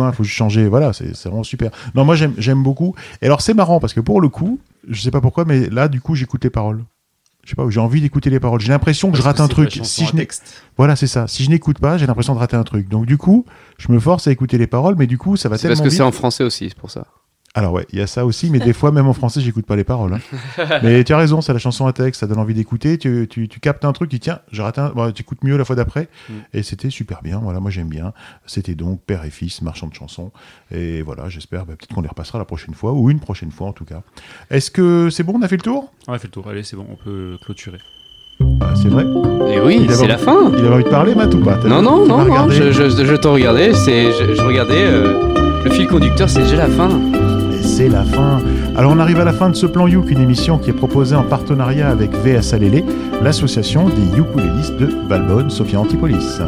hein, faut juste changer. Voilà, c'est vraiment super. Non, moi j'aime beaucoup. Et alors c'est marrant parce que pour le coup, je sais pas pourquoi, mais là du coup j'écoute les paroles. Je sais pas, j'ai envie d'écouter les paroles. J'ai l'impression que je rate un truc. Si je voilà, c'est ça. Si je n'écoute pas, j'ai l'impression de rater un truc. Donc du coup, je me force à écouter les paroles, mais du coup, ça va tellement vite. Parce que c'est en français aussi, c'est pour ça. Alors ouais, il y a ça aussi, mais des fois, même en français, j'écoute pas les paroles. Hein. Mais tu as raison, c'est la chanson à texte, ça donne envie d'écouter. Tu captes un truc, tu dis tiens, j'ai raté un... Bon, tu écoutes mieux la fois d'après. Et c'était super bien, voilà, moi j'aime bien. C'était donc Père et Fils, marchand de chansons. Et voilà, j'espère peut-être qu'on les repassera la prochaine fois, ou une prochaine fois en tout cas. Est-ce que c'est bon, on a fait le tour ? On a fait le tour, allez, c'est bon, on peut clôturer. Ah, c'est vrai ? Et oui, c'est la fin. Il avait envie de parler, Matt, ou pas ? Non, je t'en regardais, je regardais, le fil conducteur, c'est déjà la fin. C'est la fin. Alors on arrive à la fin de ce plan Youk, une émission qui est proposée en partenariat avec VS Alélé, l'association des ukulélistes de Valbonne, Sophia Antipolis.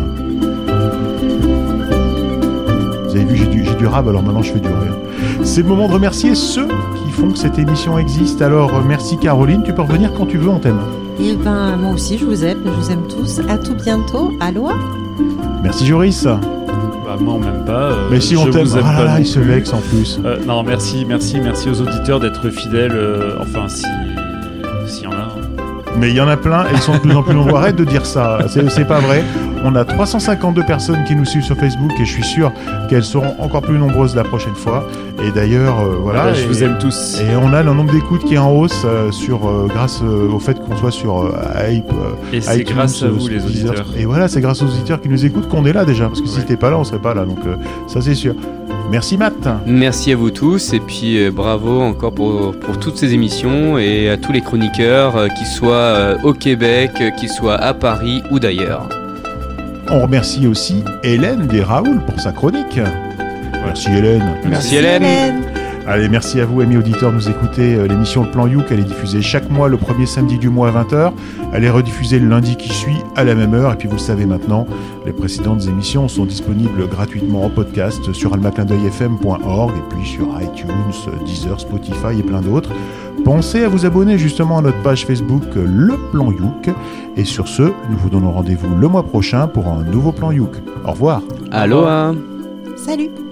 Vous avez vu, j'ai du rab, alors maintenant je fais du rire. C'est le moment de remercier ceux qui font que cette émission existe. Alors merci Caroline, tu peux revenir quand tu veux, on t'aime. Et ben moi aussi je vous aime tous. À tout bientôt, aloha. Merci Joris. Moi, on m'aime pas. Mais si on t'aime, il se vexe en plus. Non, merci aux auditeurs d'être fidèles. Enfin, s'il y en a. Mais il y en a plein et ils sont de plus en plus nombreux. Arrête de dire ça, c'est pas vrai. On a 352 personnes qui nous suivent sur Facebook et je suis sûr qu'elles seront encore plus nombreuses la prochaine fois. Et d'ailleurs, voilà. Je vous aime tous. Et on a le nombre d'écoutes qui est en hausse grâce au fait qu'on soit sur Hype. Et c'est iTunes, grâce à vous, les auditeurs. Et voilà, c'est grâce aux auditeurs qui nous écoutent qu'on est là déjà. Parce que si t'étais pas là, on serait pas là. Donc ça, c'est sûr. Merci Matt. Merci à vous tous et puis bravo encore pour toutes ces émissions et à tous les chroniqueurs, qu'ils soient au Québec, qu'ils soient à Paris ou d'ailleurs. On remercie aussi Hélène Desraoul pour sa chronique. Merci Hélène. Merci Hélène. Allez, merci à vous, amis auditeurs, de nous écouter. L'émission Le Plan Youk, elle est diffusée chaque mois, le premier samedi du mois à 20h. Elle est rediffusée le lundi qui suit à la même heure. Et puis, vous le savez maintenant, les précédentes émissions sont disponibles gratuitement en podcast sur almaclindeuilfm.org et puis sur iTunes, Deezer, Spotify et plein d'autres. Pensez à vous abonner justement à notre page Facebook Le Plan Youk. Et sur ce, nous vous donnons rendez-vous le mois prochain pour un nouveau Plan Youk. Au revoir. Aloha. Salut.